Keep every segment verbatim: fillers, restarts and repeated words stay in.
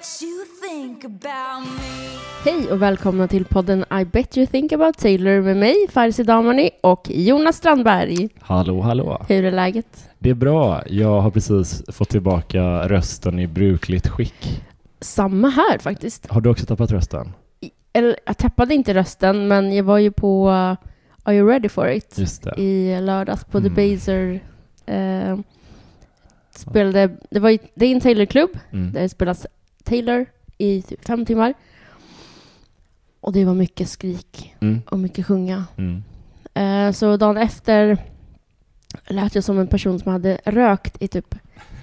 bet you think about me. Hej och välkomna till podden I bet you think about Taylor med mig, Farsi Damani och Jonas Strandberg. Hallå, hallå. Hur är läget? Det är bra. Jag har precis fått tillbaka rösten i brukligt skick. Samma här faktiskt. Har du också tappat rösten? Eller, jag tappade inte rösten, men jag var ju på uh, Are You Ready For It? Just det. I lördags på Mm. The Baser. Uh, spelade, det, var ju, det är en Taylor-klubb. Mm. Där det spelas Taylor i typ fem timmar. Och det var mycket skrik Mm. och mycket sjunga. Mm. Uh, så dagen efter lät jag som en person som hade rökt i typ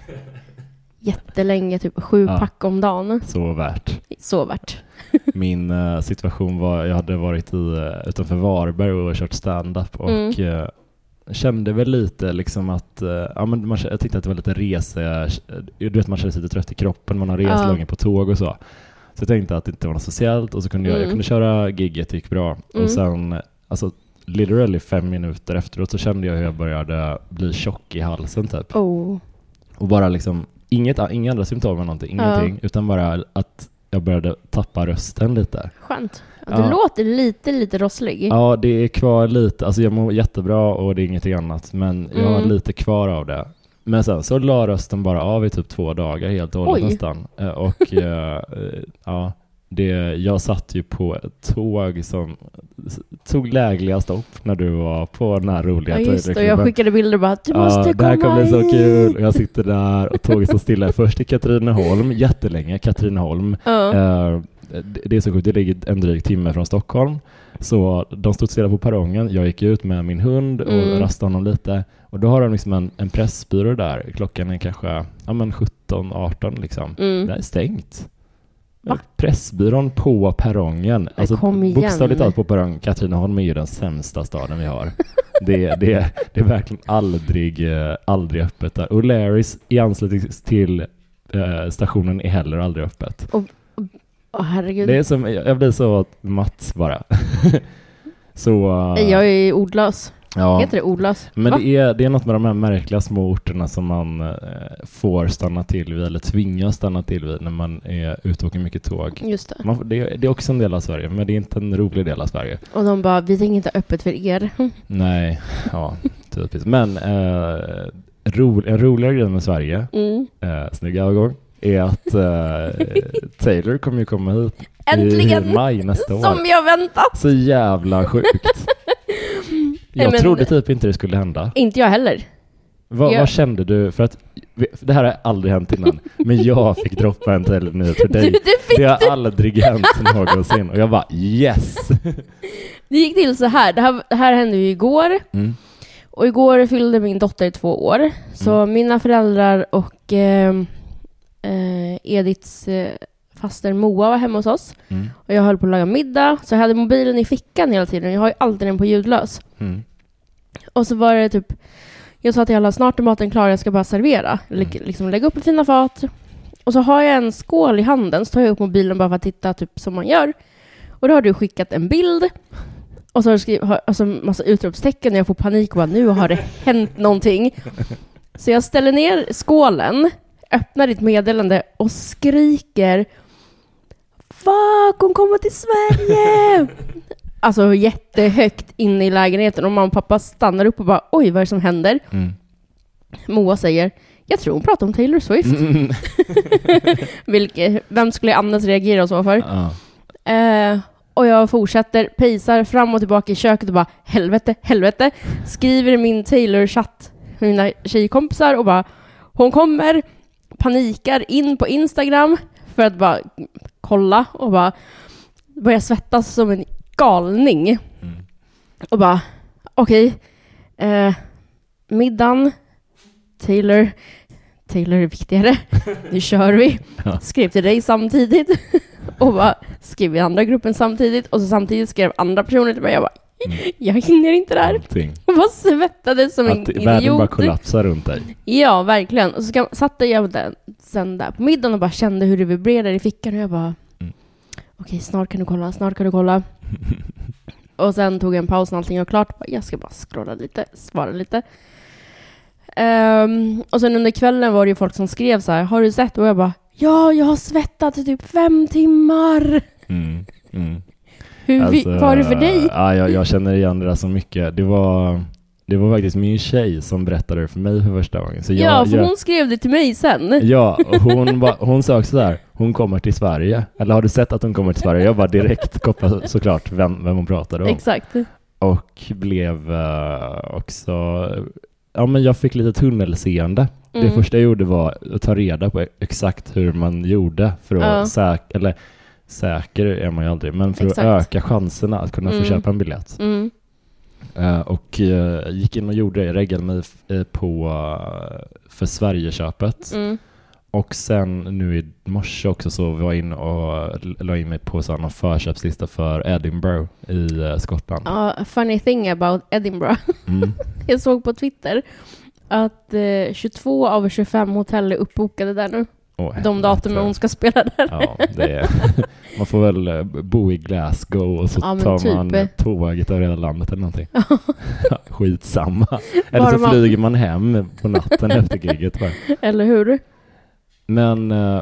jättelänge, typ sju Ja. pack om dagen. Så värt. Så värt. Min uh, situation var, jag hade varit i, uh, utanför Varberg och kört stand-up och Mm. uh, kände väl lite liksom att, uh, ja, men man, jag tyckte att det var lite rese, uh, du vet man känner sig lite trött i kroppen, man har rest Ja. länge på tåg och så. Så jag tänkte att det inte var något speciellt och så kunde jag, Mm. jag kunde köra gigget, det gick bra. Mm. Och sen, alltså literally fem minuter efteråt så kände jag hur jag började bli tjock i halsen typ. Oh. Och bara liksom, inget, inga andra symptom eller någonting, ingenting, utan bara att jag började tappa rösten lite. Skönt. Ja, du Ja. låter lite, lite rosslig. Ja, det är kvar lite, alltså jag mår jättebra och det är ingenting annat, men jag har Mm. lite kvar av det. Men sen så la rösten bara av i typ två dagar helt och hållet Oj. nästan. Eh, Och eh, eh, ja, det, jag satt ju på ett tåg som s- tog lägliga stopp när du var på den här roliga Ja, just det. Och jag Taylor-klubben. skickade bilder och bara, du måste Ja, det komma här kommer bli så hit. kul. Och jag sitter där och tåget står stilla först i Katrineholm, jättelänge, Katrineholm. Ja. Eh, det, det är så sjukt, det ligger en dryg timme från Stockholm. Så de stod stilla på perrongen. Jag gick ut med min hund och Mm. rastade honom lite. Och då har de liksom en, en pressbyrå där. Klockan är kanske ja, men sjutton arton liksom. Mm. Det är stängt. Va? Pressbyrån på perrongen. Alltså, kom igen. bokstavligt talat på perrongen. Katrineholm är ju den sämsta staden vi har. det, det, det är verkligen aldrig, eh, aldrig öppet där. Och Larrys i anslutning till eh, stationen är heller aldrig öppet. Åh, herregud. Det är som, jag jag blir så matt bara. så, uh, Jag är ordlös. ja. Heter det ordlös? Men Va? det är, det är något med de här märkliga små orterna som man eh, får stanna till vid eller tvingas stanna till vid när man är ute och åker mycket tåg. Just det. Man, får- det, är, det är också en del av Sverige, men det är inte en rolig del av Sverige. Och de bara, vi tänker inte ha öppet för er. Nej, ja, typiskt. Men eh, ro, en roligare grej med Sverige, Mm. eh, snygg övergång, är att eh, Taylor kommer ju komma hit Äntligen! i maj nästa år. Som jag väntat. Så jävla sjukt. Nej, Jag men- trodde typ inte det skulle hända. Inte jag heller. Va, Jag- Vad kände du? För att det här har aldrig hänt innan. Men jag fick droppa en till nyhet för Du, dig. du fick Det har det. aldrig hänt någonsin. Och jag bara, yes! Det gick till så här. Det här, det här hände ju igår. Mm. Och igår fyllde min dotter två år. Så Mm. mina föräldrar och eh, eh, Ediths eh, faster Moa var hemma hos oss. Mm. Och jag höll på att laga middag. Så jag hade mobilen i fickan hela tiden. Jag har ju alltid den på ljudlös. Mm. Och så var det typ... Jag sa till alla, snart är maten klar, jag ska bara servera. L- liksom lägga upp i fina fat. Och så har jag en skål i handen. Så tar jag upp mobilen bara för att titta typ som man gör. Och då har du skickat en bild. Och så har du skrivit har, alltså massa utropstecken. Och jag får panik och bara, nu har det hänt någonting. Så jag ställer ner skålen. Öppnar ditt meddelande och skriker, fuck, hon kommer till Sverige! Alltså jättehögt inne i lägenheten. Och mamma och pappa stannar upp och bara, oj, vad är det som händer? Mm. Moa säger, jag tror hon pratar om Taylor Swift. Mm. Vilket, vem skulle jag annars reagera så för? Ja. Eh, och jag fortsätter, pejsar fram och tillbaka i köket och bara, helvete, helvete. Skriver i min Taylor-chatt med mina tjejkompisar och bara, hon kommer, panikar in på Instagram för att bara kolla och bara börjar svettas som en galning. Mm. Och bara, okej, eh, middagen, Taylor, Taylor är viktigare, nu kör vi. Ja. Skrev till dig samtidigt och bara skrev i andra gruppen samtidigt och så samtidigt skrev andra personer till mig. Jag bara, Mm. jag hinner inte där. Allting. Och bara svettades som en Att världen bara idiot. kollapsar runt dig. Ja, verkligen. Och så ska, satt jag där, sen där på middagen och bara kände hur det vibrerade i fickan och jag bara, Mm. okej, snart kan du kolla, snart kan du kolla. Och sen tog jag en paus när allting var klart. Jag ska bara scrolla lite, svara lite. Um, och sen under kvällen var det ju folk som skrev så här, har du sett? Och jag bara, Ja, jag har svettat i typ fem timmar. Mm, mm. Hur Alltså, vi, var det för dig? Ja, jag, jag känner igen det där så mycket. Det var, det var faktiskt min tjej som berättade det för mig för första gången. Så jag, Ja, för jag, hon skrev det till mig sen. Ja, och hon, ba, hon sa också där, hon kommer till Sverige. Eller har du sett att hon kommer till Sverige? Jag bara direkt kopplade såklart vem, vem hon pratade om. Exakt. Och blev uh, också... Ja, men jag fick lite tunnelseende. Mm. Det första jag gjorde var att ta reda på exakt hur man gjorde för att Ja. säk- eller säker är man ju aldrig, men för Exakt. att öka chanserna att kunna Mm. få köpa en biljett. Mm. Uh, och uh, gick in och gjorde det, reggade mig uh, på uh, för Sverigeköpet. Mm. Och sen nu i morse också så var jag in och la in mig på sådana förköpslista för Edinburgh i uh, Skottland. Ja, funny thing about Edinburgh. Mm. Jag såg på Twitter att eh, tjugotvå av tjugofem hotell är uppbokade där nu. Oh, De datumen hon ska spela där. Ja, det är, man får väl uh, bo i Glasgow och så Ja, men tar typ. man tåget över hela landet eller någonting. Ja, skitsamma. Eller Bara så man- flyger man hem på natten efter giget bara. Eller hur? Men uh,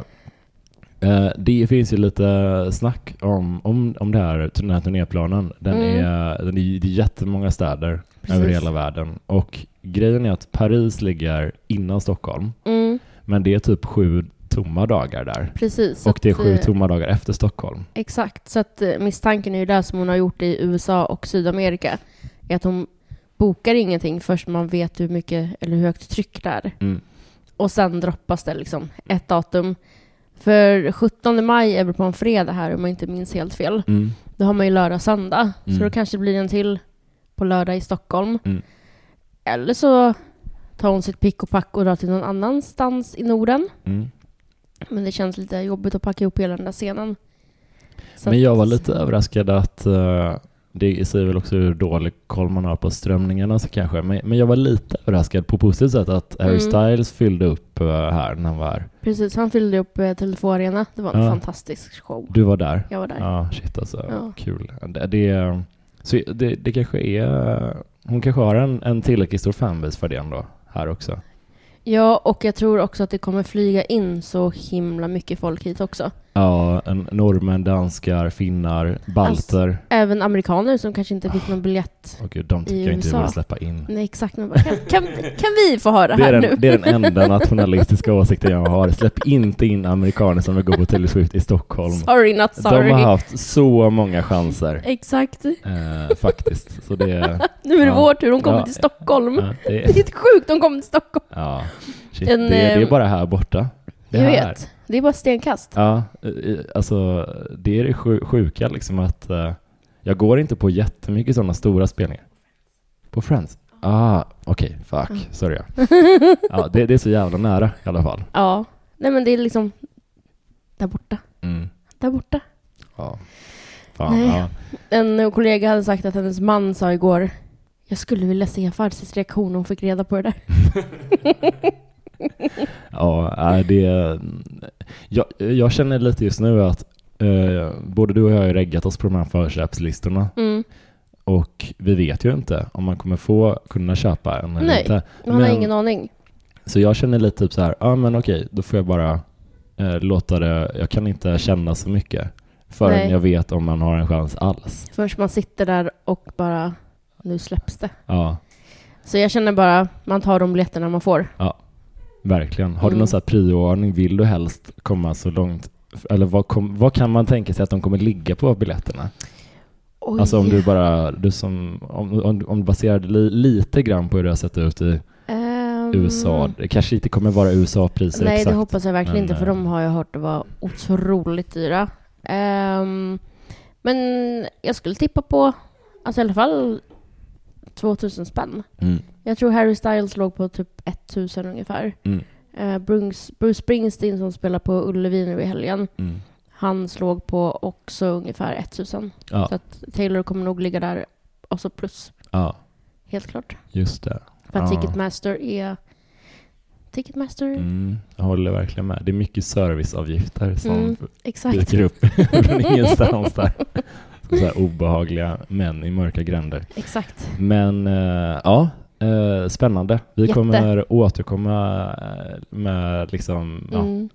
uh, det finns ju lite snack om, om, om det här, den här turnéplanen. Den Mm. är, den är, det är jättemånga städer Precis. över hela världen. Och grejen är att Paris ligger innan Stockholm. Mm, Men det är typ sju tomma dagar där. precis. så Och det är att, sju eh, tomma dagar efter Stockholm. Exakt, så att eh, misstanken är ju det som hon har gjort i U S A och Sydamerika. Är att hon bokar ingenting först man vet hur mycket eller hur högt tryck det är. Mm. Och sen droppas det liksom ett datum. För sjuttonde maj är väl på en fredag här om jag inte minns helt fel. Mm. Då har man ju lördag och söndag. Mm. Så då kanske det blir en till på lördag i Stockholm. Mm. Eller så tar hon sitt pick och pack och drar till någon annanstans i Norden. Mm. Men det känns lite jobbigt att packa ihop hela den där scenen. Så Men jag var att- lite överraskad att uh, det säger väl också hur dålig koll man har på strömningarna så kanske. Men, men jag var lite överraskad på positivt sätt att Harry Mm. Styles fyllde upp uh, här när han var här. Precis, han fyllde upp eh, Tele2 Arena. Det var en Ja. fantastisk show. Du var där? Jag var där. Ja, shit alltså. Ja. Kul. Det, det, så det, det kanske är... Hon kanske har en, en tillräckligt stor fanbase för det ändå här också. Ja, och jag tror också att det kommer flyga in så himla mycket folk hit också. Ja, en, norrmän, danskar, finnar, balter. Även amerikaner som kanske inte fick någon biljett. Åh gud, de tycker i jag inte U S A. jag vill släppa in. Nej, exakt. Men bara, kan, kan, kan vi få höra Det är, här den, nu? det är den enda nationalistiska åsikten jag har. Släpp inte in amerikaner som vill gå på Taylor Swift i Stockholm. Sorry, not sorry. De har haft så många chanser. Exakt. Eh, faktiskt. Så det, Nu är det ja. vår tur. De kommer Ja, till Stockholm. ja, det, Det är helt sjukt. De kommer till Stockholm. ja, shit, En, det, det är eh, bara här borta. Det Jag här. vet. Det är bara stenkast. Ja, eh, alltså det är det sju- sjuka liksom att eh, jag går inte på jättemycket sådana stora spelningar. På Friends? Ah, okej, okay, fuck, sorry. Ja, det, det är så jävla nära i alla fall. Ja. Nej, men det är liksom där borta. Mm. Där borta. Ja. Fan, Nej. ja. En kollega hade sagt att hennes man sa igår: jag skulle vilja se Farsis reaktion om hon fick reda på det där. Ja, nej, det jag, jag känner lite just nu att eh, både du och jag har ju reggat oss på de här förköpslistorna Mm. och vi vet ju inte om man kommer få kunna köpa en eller Nej, inte. Man har Men- ingen aning. Så jag känner lite typ så här, ja men okej, då får jag bara eh, låta det, jag kan inte känna så mycket förrän Nej. jag vet om man har en chans alls. Först man sitter där och bara, nu släpps det. Ja, Så jag känner bara, man tar de biljetterna man får. verkligen. Har du Mm. någon sån här prioordning, vill du helst komma så långt, eller vad, kom, vad kan man tänka sig att de kommer ligga på biljetterna? Oj. Alltså om du bara, du som, om, om, om du baserar det li, lite grann på hur det har sett ut i Ehm, U S A. Det kanske inte kommer vara U S A-priser Nej, exakt. det hoppas jag verkligen Men, inte, för eh, de har jag hört att vara otroligt dyra. Ehm, men jag skulle tippa på, alltså i alla fall tvåtusen spänn. Mm, Jag tror Harry Styles låg på typ tusen ungefär. mm, Uh, Bruce, Bruce Springsteen som spelar på Ullevi nu i helgen, mm. han slog på också ungefär tusen. Ja, Så att Taylor kommer nog ligga där och så plus, ja, helt klart. just det. För att Ja. Ticketmaster är... Ticketmaster? Mm, jag håller verkligen med. Det är mycket serviceavgifter som Mm, exakt. dyker upp från ingenstans där. Så här obehagliga män i mörka gränder. Exakt. Men eh, ja, eh, spännande. Vi Jätte. kommer återkomma eh, med liksom, ja, Mm.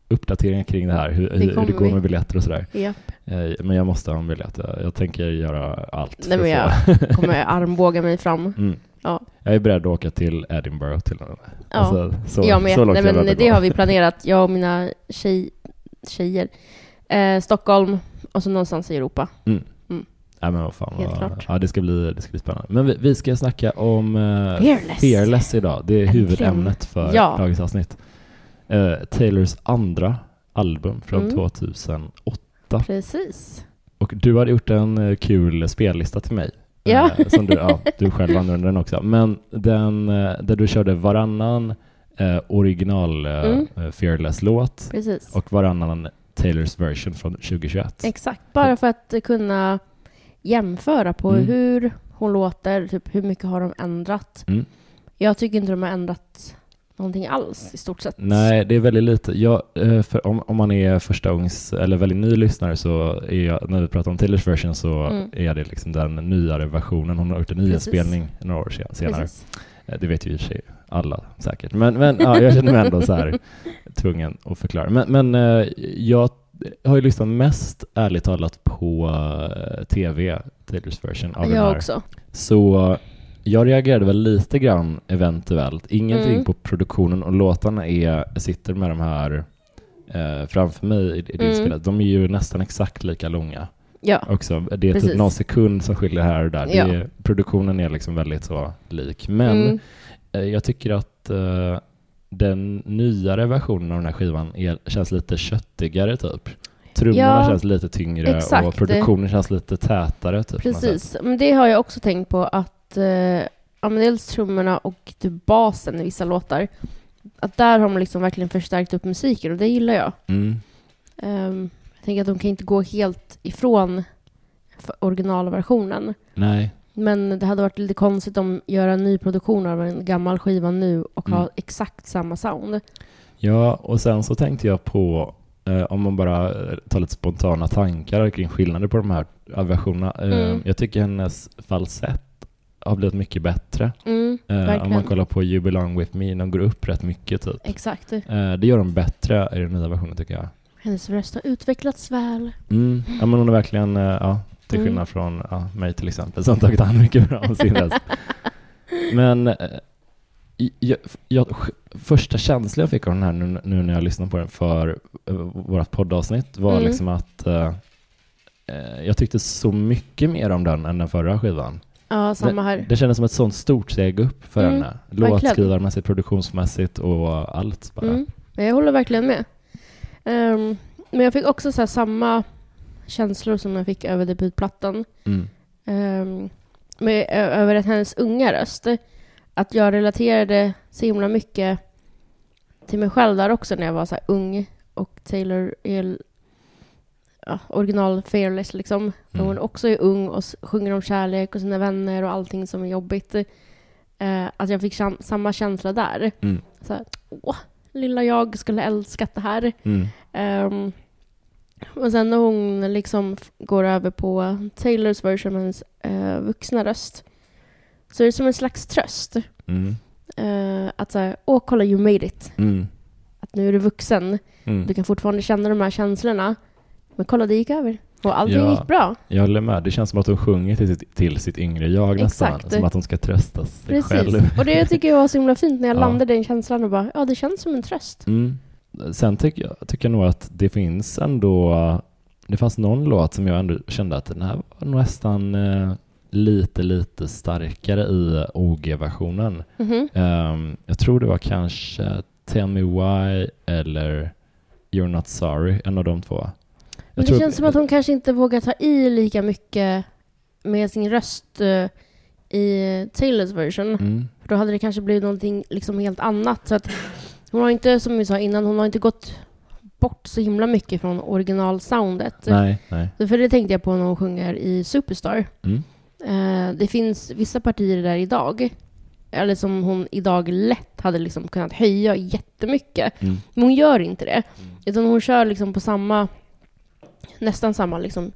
uppdateringar kring det här. Hur det, hur det går vi. med biljetter och sådär. Ja. Eh, men jag måste ha en biljett. Jag, jag tänker göra allt. Nej, men jag kommer armbåga mig fram. Mm. Ja. Jag är beredd att åka till Edinburgh till ja. alltså, så, jag med. så långt Nej, men jag det har vi planerat. Jag och mina tjej, tjejer. Eh, Stockholm och så någonstans i Europa. Mm. Mm. Ja, men vad fan. Helt vad, klart. ja, det ska bli det ska bli spännande. Men vi, vi ska snacka om uh, Fearless. Fearless idag. Det är Äntligen. huvudämnet för Ja. dagens avsnitt. Uh, Taylors andra album från Mm. tjugohundraåtta. Precis. Och du hade gjort en uh, kul spellista till mig. Ja. Uh, som du, ja, du själv använde den också. Men den, uh, där du körde varannan uh, original uh, Mm. uh, Fearless-låt Precis. och varannan Taylors version från tjugohundratjugoett. Exakt. Bara för att kunna jämföra på Mm. hur hon låter, typ hur mycket har de ändrat. Mm. Jag tycker inte de har ändrat någonting alls i stort sett. Nej, det är väldigt lite. Jag, eh, för om, om man är första gångs eller väldigt ny lyssnare så är jag, när vi pratar om Taylors version så Mm. är det liksom den nyare versionen. Hon har gjort en nyinspelning några år sen- senare. Precis. Eh, Det vet ju i och för sig alla säkert. Men, men ja, jag känner mig ändå så här tvungen att förklara. Men, men eh, jag har ju lyssnat mest ärligt talat på eh, tv, Taylors version av den Jag här. också. Så jag reagerade väl lite grann eventuellt. Ingenting Mm. på produktionen och låtarna är, jag sitter med de här eh, framför mig i, i din Mm. spelet. De är ju nästan exakt lika långa Ja. också. Det är Precis. typ någon sekund som skiljer här och där. Ja. Det är, produktionen är liksom väldigt så lik. Men Mm. eh, jag tycker att eh, den nyare versionen av den här skivan är, känns lite köttigare typ. Trummorna Ja, känns lite tyngre exakt. och produktionen känns lite tätare typ. på något sätt. Precis. Men det har jag också tänkt på att eh, ja, men dels trummorna och typ basen i vissa låtar. Att där har man liksom verkligen förstärkt upp musiken och det gillar jag. Mm. Ehm, jag tänker att de kan inte gå helt ifrån f- originalversionen. Nej. Men det hade varit lite konstigt om göra en ny produktion av en gammal skiva nu och Mm. ha exakt samma sound. Ja, och sen så tänkte jag på eh, om man bara eh, tar lite spontana tankar kring skillnader på de här versionerna. Eh, Mm. Jag tycker hennes falsett har blivit mycket bättre. Mm, Eh, om verkligen. man kollar på You Belong With Me, de går upp rätt mycket typ. Exakt. Eh, det gör de bättre i den nya versionen tycker jag. Hennes röst har utvecklats väl. Mm. Ja, men hon är verkligen, eh, ja, till Mm. skillnad från ja, mig till exempel, som tagit hand mycket bra om sin röst. Men eh, jag, jag, första känslan jag fick av den här nu, nu när jag lyssnade på den för uh, vårt poddavsnitt var Mm. liksom att uh, uh, jag tyckte så mycket mer om den än den förra skivan. Ja, samma här. Det, det kändes som ett sånt stort steg upp för Mm, henne. verkligen. Låtskrivarmässigt, produktionsmässigt och allt bara. Mm. Jag håller verkligen med. Ehm, men jag fick också så här samma känslor som jag fick över debutplattan. Mm. Ehm, med, ö- över att hennes unga röst. Att jag relaterade så himla mycket till mig själv där också när jag var så här ung. Och Taylor är ja, original Fearless liksom. Mm. Hon också är ung och s- sjunger om kärlek och sina vänner och allting som är jobbigt. Eh, att jag fick sam- samma känsla där. Mm. Så här, åh, lilla jag skulle älskat det här. Mm. Um, och sen när hon liksom f- går över på Taylors version med hennes uh, vuxna röst så är det som en slags tröst. Mm. Uh, att säga, åh kolla you made it. Mm. Att nu är du vuxen. Mm. Du kan fortfarande känna de här känslorna. Men kolla, det gick över. Och allting Ja. gick bra. Jag håller med. Det känns som att hon sjunger till sitt, till sitt yngre jag nästan. Exakt. Som att hon ska trösta sig Precis. själv. Och det tycker jag var så himla fint när jag Ja. landade i den känslan och bara, ja det känns som en tröst. Mm. Sen tycker jag, tycker jag nog att det finns ändå, det fanns någon låt som jag ändå kände att den här var nästan eh, lite, lite starkare i O G-versionen. Mhm. Um, jag tror det var kanske Tell Me Why eller You're Not Sorry, en av de två. Men Jag det tror- känns som att hon kanske inte vågar ta i lika mycket med sin röst eh, i Taylors version. Mm. För då hade det kanske blivit någonting liksom helt annat. Så att hon har inte, som vi sa innan, hon har inte gått bort så himla mycket från originalsoundet. Nej, nej. För det tänkte jag på när hon sjunger i Superstar. Mm. Eh, det finns vissa partier där idag, eller som hon idag lätt hade liksom kunnat höja jättemycket. Mm. Men hon gör inte det. Utan hon kör liksom på samma, nästan samma liksom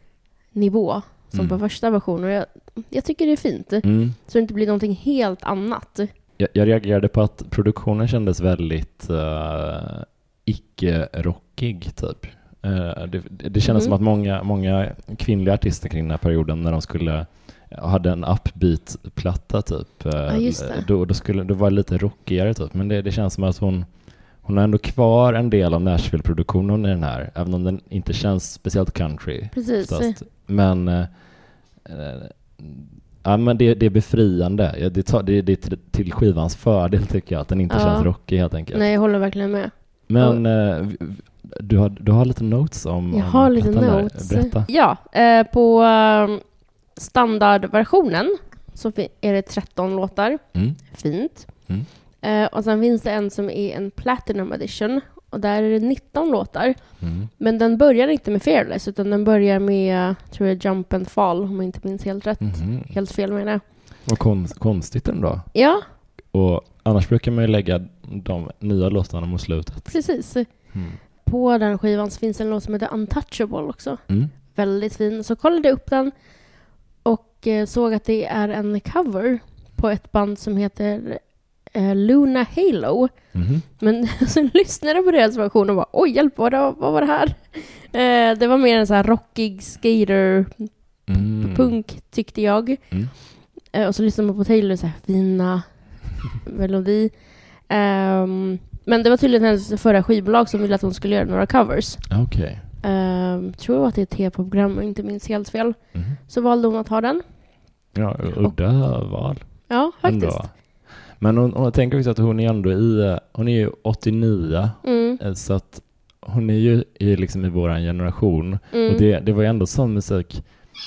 nivå som Mm. på första versionen. Och jag, jag tycker det är fint. Mm. Så det inte blir någonting helt annat. Jag, jag reagerade på att produktionen kändes väldigt uh, icke-rockig typ. Uh, det, det kändes mm. som att många, många kvinnliga artister kring den här perioden när de skulle hade en upbeat-platta typ. Uh, ja, just det. Då, då, skulle, då var det lite rockigare typ. Men det, det känns som att hon hon har ändå kvar en del av Nashville-produktionen i den här. Även om den inte känns speciellt country. Precis. Oftast. Men, uh, uh, ja, men det, det är befriande. Det, tar, det, det är till skivans fördel tycker jag. Att den inte ja. känns rockig helt enkelt. Nej, jag håller verkligen med. Men uh, du, har, du har lite notes om Jag har om lite notes. Där. Berätta. Ja, eh, på uh, standardversionen så är det tretton låtar. Mm. Fint. Mm. Eh, och sen finns det en som är en Platinum Edition. Och där är det nitton låtar. Mm. Men den börjar inte med Fearless utan den börjar med, tror jag, Jump and Fall om jag inte minns helt rätt. Mm. Helt fel med det. Och konst, konstigt ändå. Ja. Och annars brukar man ju lägga de nya låtarna mot slutet. Precis. Mm. På den skivan så finns en låt som heter Untouchable också. Mm. Väldigt fin. Så kollade jag upp den och eh, såg att det är en cover på ett band som heter eh, Luna Halo. Mm. Men så lyssnade jag på deras version och bara, oj hjälp, vad, det, vad var det här? Eh, det var mer en så här rockig skater Mm. punk tyckte jag. Mm. Eh, och så lyssnade man på Taylor så här fina melodi. Um, men det var tydligen hennes förra skivbolag som ville att hon skulle göra några covers. Okej. Okay. Um, tror jag att det är ett T-program och inte minns helt fel. Mm. Så valde hon att ha den. Ja, udda val. Ja, faktiskt. Ändå. Men hon, hon tänker också att hon är ändå i, hon är ju åttionio. Mm. Så att hon är ju i, liksom i våran generation. Mm. Och det, det var ju ändå sån musik.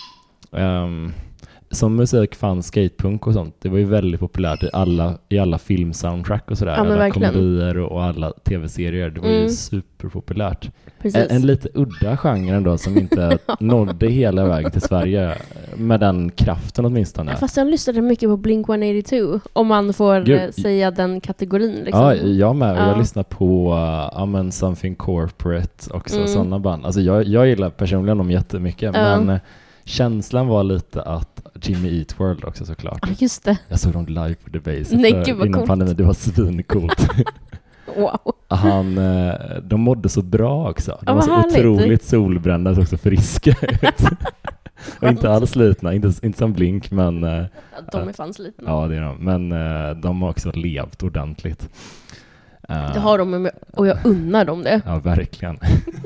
Um, som musik fanns skatepunk och sånt. Det var ju väldigt populärt i alla, i alla filmsoundtrack och sådär. Ja, alla verkligen. komedier och, och alla tv-serier. Det var Mm. ju superpopulärt. Precis. En, en lite udda genre ändå som inte nådde hela vägen till Sverige med den kraften åtminstone. Fast jag lyssnade mycket på Blink one eighty-two om man får Gud. eh, säga den kategorin. Liksom. Ja, jag med. Ja. Jag lyssnar på uh, I mean, Something Corporate också, Mm. sådana band. Alltså jag, jag gillar personligen dem jättemycket, Ja. men uh, känslan var lite att Jimmy Eat World också såklart. Ja, just det. Jag såg dem live på Debaser Nej, för, gud, vad innan coolt. pandemin. Det var svincoolt. Wow. Han, uh, de mådde så bra också. De Ja, var vad så härligt. otroligt solbrända och också friska ut. Och inte alls slitna, inte, inte som Blink, men uh, Ja, de är fan slitna. ja, det är de. Men uh, de har också levt ordentligt. Uh, Det har de med, och jag unnar dem det. Ja, verkligen.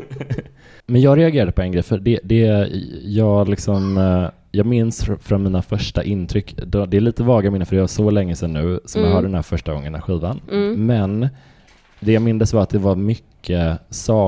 Men jag reagerade på en grej, för det, det jag liksom, uh, jag minns fr- från mina första intryck, då, det är lite vaga minnen för det var så länge sedan nu som Mm. jag hörde den här första gången, den här skivan. Mm. Men det jag minns var att det var mycket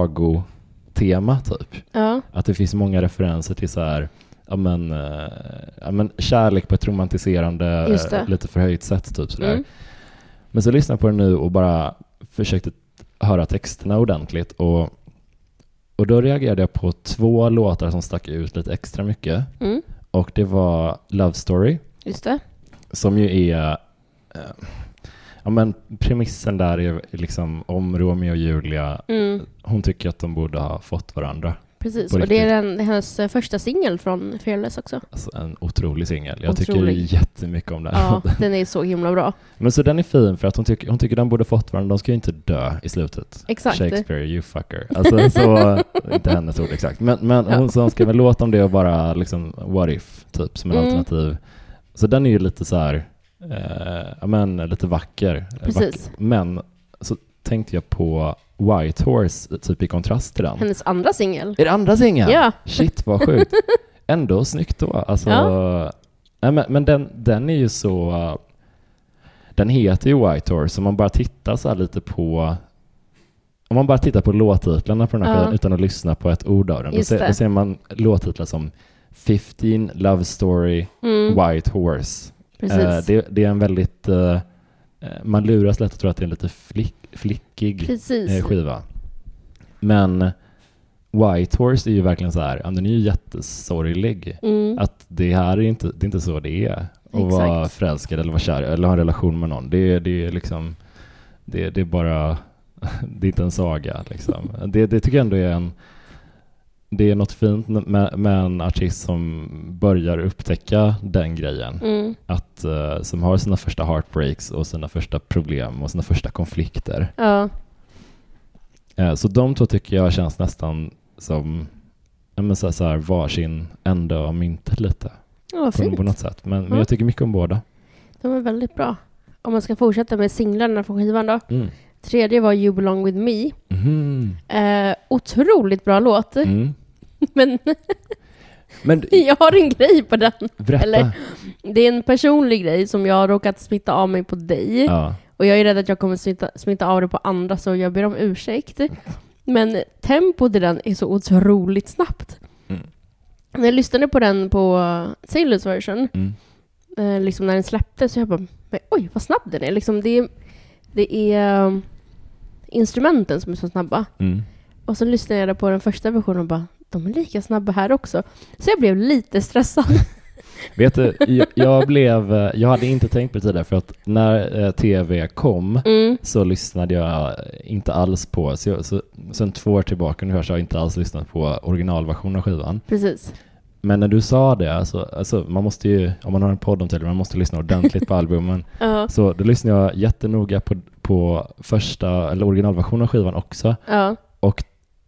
sagotema typ. Ja. Att det finns många referenser till så här, ja men, uh, ja men kärlek på ett romantiserande, Just det. uh, lite förhöjt sätt typ sådär. Mm. Men så lyssnade jag på det nu och bara försökte höra texterna ordentligt, och, och då reagerade jag på två låtar som stack ut lite extra mycket. Mm. Och det var Love Story, Just det. som ju är eh, ja men premissen där är liksom om Romeo och Julia. Mm. Hon tycker att de borde ha fått varandra. Precis. På Och det är riktigt. den, det är hennes eh, första singel från Fearless också. Alltså en otrolig singel. Jag Otrolig. tycker jättemycket om den. Ja, den är så himla bra. Men så den är fin för att hon tycker, hon tycker de borde fått varandra. De ska ju inte dö i slutet. Exakt. Shakespeare, you fucker. Alltså så, inte hennes ord exakt. Men, men Ja. hon som skrev en låt om det och bara liksom what if, typ som en Mm. alternativ. Så den är ju lite så här, eh, ja men lite vacker. Precis. Vacker. Men så tänkte jag på White Horse, typ i kontrast till den. Hennes andra singel. Är det andra singeln? Ja. Shit, vad sjukt. Ändå snyggt då. Alltså, Ja. nej, men, men den, den är ju så... uh, Den heter ju White Horse. Om man bara tittar så här lite på... Om man bara tittar på låttitlarna på den här Ja. skivan utan att lyssna på ett ord av den. Då Just ser, det. då ser man låttitlar som fifteen, Love Story, Mm. White Horse. Precis. Eh, det, det är en väldigt... uh, eh, man luras lätt att tro att det är en lite flick, flickig Precis. eh, skiva. Men White Horse är ju verkligen så här, ja, den är ju jättesorglig. Mm. Att det här är inte, det är inte så det är. Att Exakt. vara förälskad eller vara kär eller ha en relation med någon. Det, är- det är liksom, det, det är bara, det är inte en saga liksom. Det, det tycker jag ändå är en, det är något fint med, med en artist som börjar upptäcka den grejen. Mm. Att, uh, som har sina första heartbreaks och sina första problem och sina första konflikter. Ja. Eh, så de två tycker jag känns nästan som ja, men så här, så här, varsin ände av myntet lite. Ja, vad fint. På något sätt. Men, men Ja. jag tycker mycket om båda. De är väldigt bra. Om man ska fortsätta med singlarna från skivan då. Mm. Tredje var You Belong With Me. Mhm. Eh, otroligt bra låt. Mm. Men Men jag har en grej på den. berätta. Eller, det är en personlig grej som jag har råkat smitta av mig på dig. Ja. Och jag är rädd att jag kommer smitta, smitta av det på andra, så jag ber om ursäkt. Men tempot i den är så otroligt snabbt. Mm. När jag lyssnade på den på Taylors version, Mm. eh, liksom när den släpptes, så jag bara, men, oj vad snabb den är. Liksom, det är, det är um, instrumenten som är så snabba. Mm. Och så lyssnade jag på den första versionen och bara, de är lika snabba här också. Så jag blev lite stressad. Vet du, jag, jag blev, jag hade inte tänkt på det tidigare för att när eh, tv kom Mm. så lyssnade jag inte alls på, så, jag, så sen två år tillbaka nu har jag inte alls lyssnat på originalversionen av skivan. Precis. Men när du sa det, alltså, alltså man måste ju, om man har en podd om Taylor, man måste lyssna ordentligt på albumen. Ja. Så då lyssnade jag jättenoga på, på första, eller originalversionen av skivan också. Ja. Och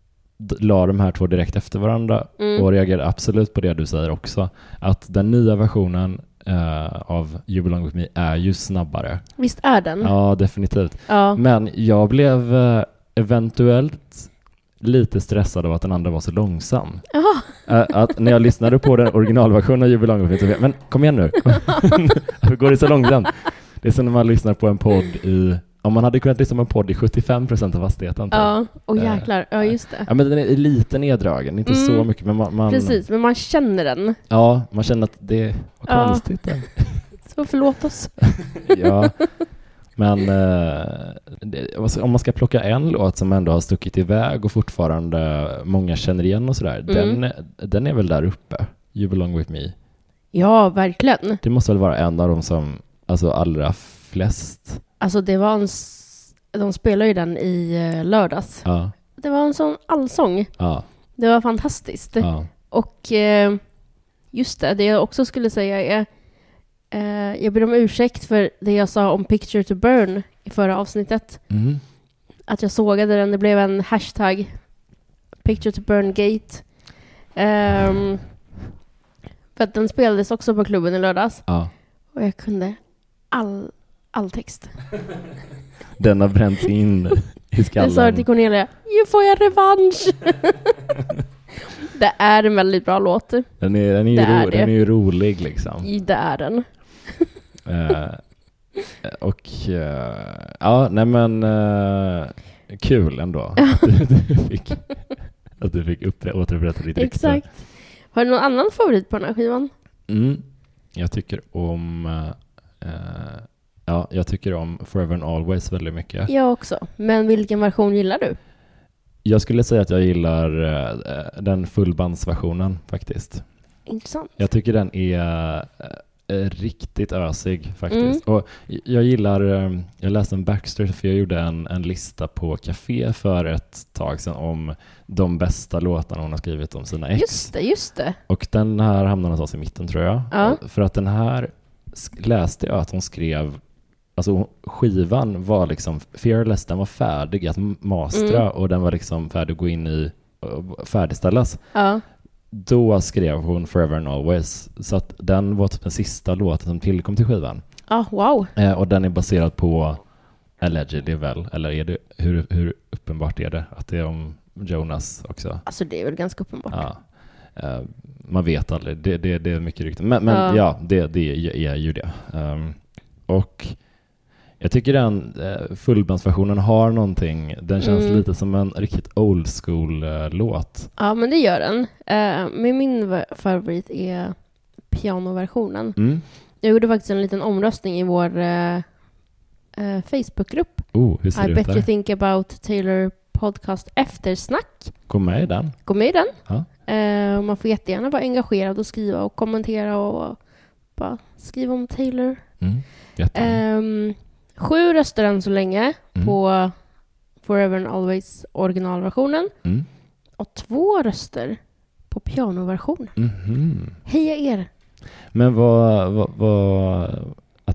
d- la de här två direkt efter varandra. Mm. Och reagerade absolut på det du säger också. Att den nya versionen eh, av You Belong With Me är ju snabbare. Visst är den? Ja, definitivt. Ja. Men jag blev eh, eventuellt lite stressad av att den andra var så långsam. Jaha. Eh, att när jag lyssnade på den originalversionen av You Belong With Me så jag, men kom igen nu. Varför går det så långsamt? Det är som när man lyssnar på en podd i, om man hade kunnat lyssna på en podd i sjuttiofem procent av hastigheten. Ja, och jäklar. Ja, just det. Ja, men den är lite neddragen, inte Mm. så mycket, men man, man Precis, men man känner den. ja, man känner att det var Ja. konstigt. där. Så förlåt oss. Ja, men eh, det, om man ska plocka en låt som ändå har stuckit iväg och fortfarande många känner igen och sådär, Mm. den, den är väl där uppe, You Belong With Me. Ja, verkligen. Det måste väl vara en av dem som, alltså allra flest. Alltså det var en... s- De spelar ju den i eh, lördags. Ja, Det var en sån allsång. ja, Det var fantastiskt. ja. Och eh, just det, det jag också skulle säga är... Eh, jag ber om ursäkt för det jag sa om Picture to Burn i förra avsnittet. Mm. Att jag sågade den. Det blev en hashtag. Picture to Burn Gate. Ehm, för att den spelades också på klubben i lördags. Ja. Och jag kunde all, all text. Den har bränts in i Jag sa skallen. till Cornelia, nu får jag revansch. Det är en väldigt bra låt. Den är, den är, ju, Det är ro, det. den är ju rolig liksom. Det är den. Eh, och eh, ja, nej men eh, kul ändå att du, du fick, att du fick upprä- återupprätta ditt rykte. Exakt. Har du någon annan favorit på den här skivan? Mm. Jag tycker om eh, ja, jag tycker om Forever and Always väldigt mycket. Jag också. Men vilken version gillar du? Jag skulle säga att jag gillar eh, den fullbandsversionen faktiskt. Intressant. Jag tycker den är eh, riktigt ösig faktiskt. Mm. Och jag gillar, eh, jag läste en backstory för jag gjorde en, en lista på Café för ett tag sedan om de bästa låtarna hon har skrivit om sina ex. Just det, just det. Och den här hamnar någonstans i mitten tror jag. Ja. För att den här sk- läste jag att hon skrev, alltså skivan var liksom Fearless, den var färdig att mastra Mm. och den var liksom färdig att gå in i och färdigställas. Ja. Då skrev hon Forever and Always. Så att den var typ den sista låten som tillkom till skivan. Ah, wow. Eh, och den är baserad på Allegedly väl? Eller är det, hur, hur uppenbart är det? Att det är om Jonas också? Alltså det är väl ganska uppenbart. Ja. Eh, man vet aldrig. Det, det, det är mycket rykten. Men, men ja, Ja. det, det är ju det. Um, och jag tycker den eh, fullbandsversionen har någonting. Den känns Mm. lite som en riktigt old school eh, låt. Ja, men det gör den. Uh, men min va- favorit är pianoversionen. Mm. Jag gjorde faktiskt en liten omröstning i vår uh, uh, Facebookgrupp. Oh, hur ser I det bet ut you där? think about Taylor podcast eftersnack. Gå med i den. Gå med i den. Ja. Eh, man får jättegärna vara engagerad och skriva och kommentera och bara skriva om Taylor. Mm. Jättebra. Ehm, sju röster än så länge Mm. på Forever and Always originalversionen Mm. och två röster på pianoversionen. Mhm. Heja er! Men vad, vad, vad att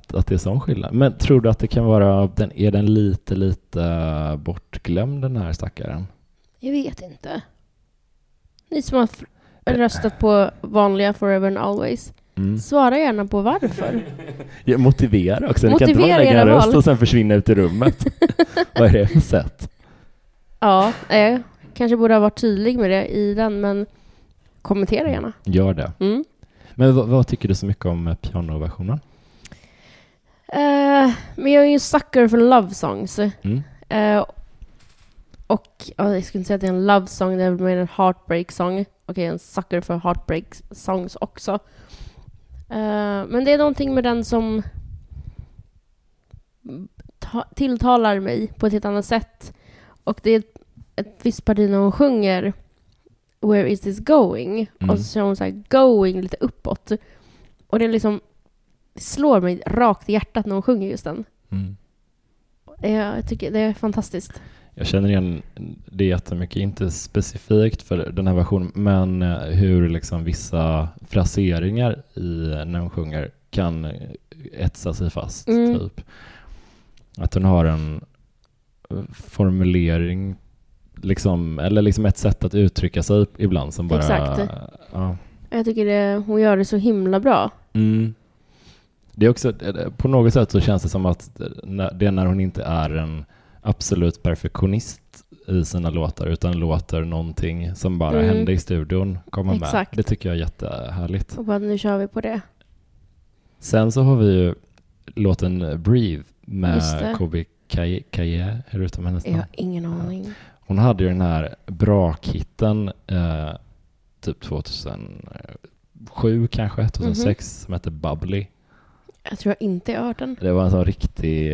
att, att det är sån skillnad. Men tror du att det kan vara, den, är den lite, lite bortglömd den här stackaren? Jag vet inte. Ni som har f- röstat på vanliga Forever and Always. Mm. Svara gärna på varför. Ja, motivera också. Motivera det kan inte vara lägga en röst val. och sen försvinna ut i rummet. Vad är det för sätt? Ja, jag kanske borde ha varit tydlig med det i den, men kommentera gärna. Gör det. Mm. Men vad, vad tycker du så mycket om pianoversionen? Uh, men jag är ju en sucker för love songs. Mm. Uh, och uh, jag skulle inte säga att det är en love song, det är väl mer en heartbreak song. Okej, okay, en sucker för heartbreak songs också. Uh, men det är någonting med den som ta- tilltalar mig på ett helt annat sätt. Och det är ett, ett visst parti när hon sjunger Where is this going? Mm. Och så är hon så här going lite uppåt. Och det är liksom slår mig rakt i hjärtat när hon sjunger just den. Mm. Jag tycker det är fantastiskt. Jag känner igen det jättemycket, inte specifikt för den här versionen, men hur liksom vissa fraseringar i när hon sjunger kan etsa sig fast. Mm. Typ. Att hon har en formulering liksom, eller liksom ett sätt att uttrycka sig ibland som bara... Exakt. Ja. Jag tycker det, hon gör det så himla bra. Mm. Det är också, på något sätt så känns det som att det är när hon inte är en absolut perfektionist i sina låtar utan låter någonting som bara mm. händer i studion komma Exakt. med. Det tycker jag är jättehärligt. Och bara, nu kör vi på det. Sen så har vi ju låten Breathe med Kobe Kaye, är det utom hennes namn? Jag har ingen aning. Hon hade ju den här bra-kitten eh, typ tjugohundrasju kanske, tjugohundrasex mm-hmm. som heter Bubbly. Jag tror jag inte jag har hört den. Det var en sån riktig,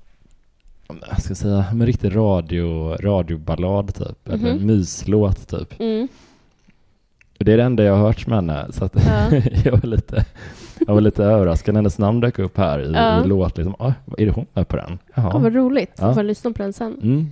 jag ska säga, en riktig radio, radioballad typ. Mm-hmm. Eller en myslåt typ. Mm. Och det är det enda jag har hört med henne. Så att ja. jag, var lite, jag var lite överraskad. Hennes namn dök upp här i, ja. i låt. Liksom, ah, är det hon med på den? Jaha. Ja, vad roligt. Ja. Jag får lyssna på den sen. Mm.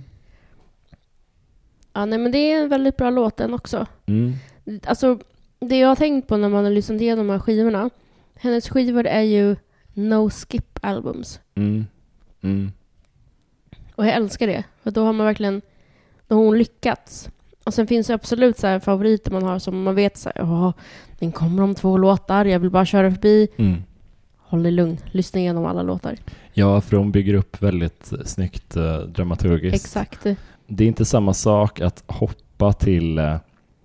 Ja, nej, men det är en väldigt bra låt den också. Mm. Alltså, det jag har tänkt på när man har lyssnat igenom de här skivorna. Hennes skivor är ju no skip albums. Mm. Mm. Och jag älskar det. För då har man verkligen, då har hon lyckats. Och sen finns det absolut så här favoriter man har som man vet så här, ja, den kommer om två låtar, jag vill bara köra förbi. Mm. Håll dig lugn, lyssna igenom alla låtar. Ja, för hon bygger upp väldigt snyggt eh, dramaturgiskt. Exakt. Det är inte samma sak att hoppa till eh,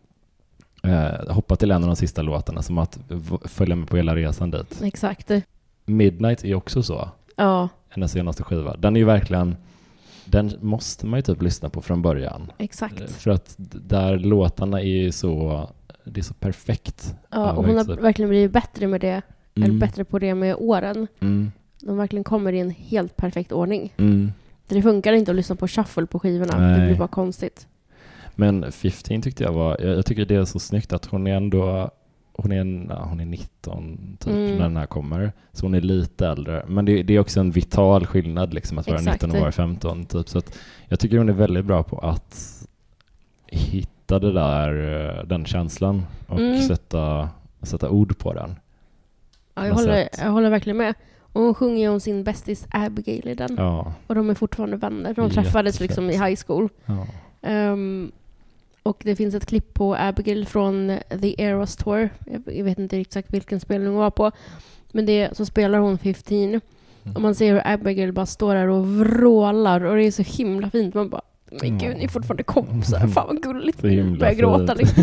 hoppa till en av de sista låtarna som att v- följa med på hela resan dit. Exakt. Midnight är också så. Ja. Hennes senaste skiva. Den är ju verkligen, den måste man ju typ lyssna på från början. Exakt. För att där låtarna är ju så, det är så perfekt. Ja, och hon har verkligen blivit bättre med det. Mm. Eller bättre på det med åren. Mm. De verkligen kommer i en helt perfekt ordning. Mm. Det funkar inte att lyssna på shuffle på skivorna. Nej. Det blir bara konstigt. Men femton tyckte jag var, jag, jag tycker det är så snyggt att hon är ändå, hon är, en, ja, hon är nitton typ mm. när den här kommer. Så hon är lite äldre. Men det, det är också en vital skillnad liksom, att vara Exakt. nitton och vara femton. Typ. Så att jag tycker hon är väldigt bra på att hitta det där, den känslan och mm. sätta, sätta ord på den. Ja, jag, håller, jag håller verkligen med. Och hon sjunger ju om sin bästis Abigail i den. Ja. Och de är fortfarande vänner. De träffades liksom i high school. Ja. Um, och det finns ett klipp på Abigail från The Eras Tour. Jag vet inte exakt vilken spelning hon var på. Men det, så spelar hon femton. Mm. Och man ser hur Abigail bara står där och vrålar. Och det är så himla fint. Man bara, men gud, ni är fortfarande kompisar. Fan vad gulligt. Jag börjar gråta liksom.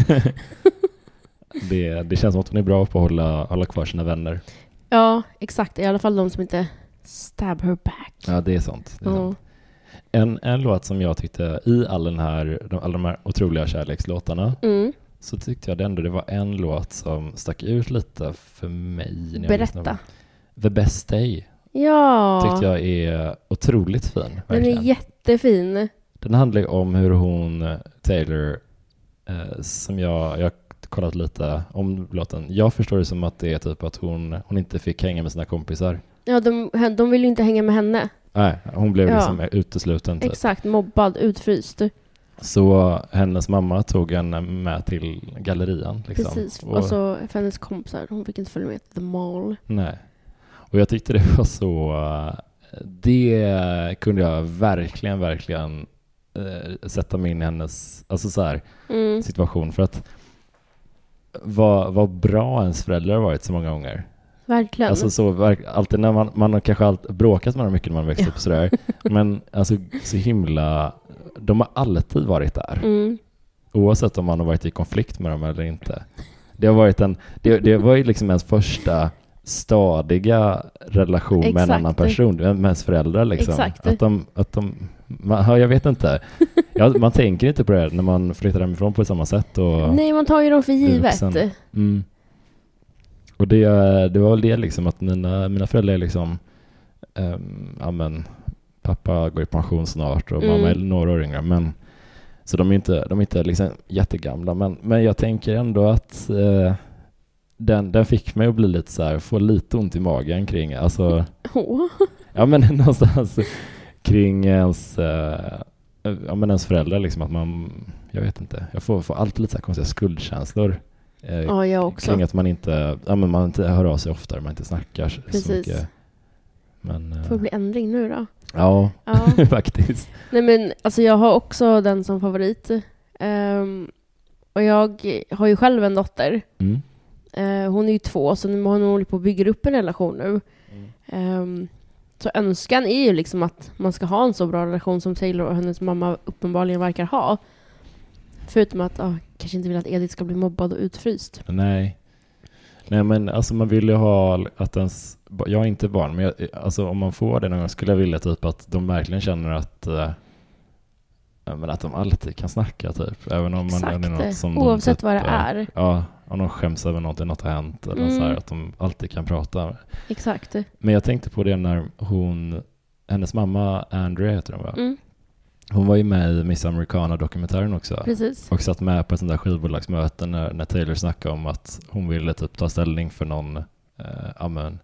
det, det känns som att hon är bra på att hålla, hålla kvar sina vänner. Ja, exakt. I alla fall de som inte stab her back. Ja, det är sånt. Det är mm. sånt. En, en låt som jag tyckte i all den här, de, alla de här otroliga kärlekslåtarna mm. så tyckte jag ändå det var en låt som stack ut lite för mig. Berätta. The Best Day. Ja. Tyckte jag är otroligt fin. Den verkligen. Är jättefin. Den handlar om hur hon, Taylor, eh, som jag, jag kollat lite om låten. Jag förstår det som att det är typ att hon, hon inte fick hänga med sina kompisar. Ja, de, de vill ju inte hänga med henne. Nej, hon blev ja. liksom utesluten. Typ. Exakt, mobbad, utfryst. Så hennes mamma tog henne med till gallerian. Liksom. Precis, och, och så för hennes kompisar, hon fick inte följa med till The Mall. Nej. Och Och jag tyckte det var så... Det kunde jag verkligen, verkligen äh, sätta mig in i hennes alltså så här, Mm. situation. För att vad, vad bra ens föräldrar har varit så många gånger. Verkligen. Alltså så, verk, alltid när man, man har kanske allt, bråkat med dem mycket när man växte Ja. upp sådär. Men alltså så himla... De har alltid varit där. Mm. Oavsett om man har varit i konflikt med dem eller inte. Det har varit en... Det, det var ju liksom ens första stadiga relation med en Exakt. annan person. Med ens föräldrar liksom. Exakt. Att de... Att de man, ja, jag vet inte. Ja, man tänker inte på det när man flyttar hemifrån på samma sätt. Och Nej, man tar ju dem för givet. vuxen. Mm. Och det, det var väl det liksom att mina, mina föräldrar är liksom um, ja men pappa går i pension snart och Mm. mamma är några år yngre, men så de är inte, de är inte liksom jättegamla, men, men jag tänker ändå att uh, den, den fick mig att bli lite så här, få lite ont i magen kring, alltså Åh. ja men någonstans kring ens uh, ja men ens föräldrar liksom, att man, jag vet inte, jag får, får alltid lite så här konstiga skuldkänslor. Eh, Ja, jag också. Kring att man inte, ja, men man inte hör av sig oftare, man inte snackar så Precis. mycket. Men, eh, Får det bli ändring nu då? ja, Ja. faktiskt. Nej, men alltså jag har också den som favorit. Ehm, och jag har ju själv en dotter. Mm. Eh, hon är ju två, så nu har hon hållit på att bygga upp en relation nu. Mm. Ehm, så önskan är ju liksom att man ska ha en så bra relation som Taylor och hennes mamma uppenbarligen verkar ha. Förutom att ah, kanske inte vill att Edith ska bli mobbad och utfryst. Nej. Nej, men alltså man vill ju ha att ens, jag är inte barn, men jag, alltså om man får det någon gång skulle jag vilja typ att de verkligen känner att eh, ja, men att de alltid kan snacka typ, även om man Exakt. är något som Oavsett de, typ, vad det eh, är. Ja, om de skäms över något, något har hänt eller Mm. så här, att de alltid kan prata. Exakt. Men jag tänkte på det när hon, hennes mamma Andrea heter hon va? Mm, Hon var ju med i Miss Americana-dokumentären också. precis. Och satt med på ett sånt där skivbolagsmöte när, när Taylor snackade om att hon ville typ ta ställning för någon, eh, amen,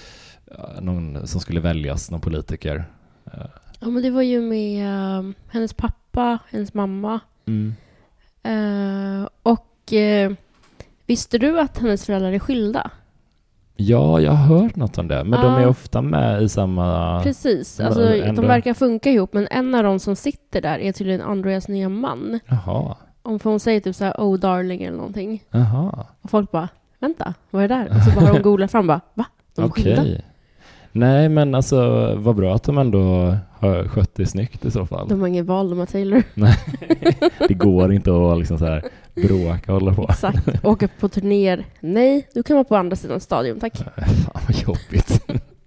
någon som skulle väljas, någon politiker. Eh. Ja, men det var ju med uh, hennes pappa, hennes mamma. Mm. Uh, och uh, visste du att hennes föräldrar är skilda? Ja, jag har hört något om det. Men Ja. de är ofta med i samma... Precis. men Alltså, ändå- de verkar funka ihop, men en av dem som sitter där är tydligen Andreas nya man. Jaha. Om för hon säger typ så här, oh darling eller någonting. Jaha. Och folk bara, vänta, vad är det där? Och så bara har de googlat fram bara, va? De är Okej. skilda? Nej, men alltså vad bra att de ändå har skött det snyggt i så fall. De har ingen val, de har Taylor. Det går inte att liksom så här bråka och hålla på. Exakt. Åka på turnéer. Nej, du kan vara på andra sidan stadion, tack. Fan vad jobbigt.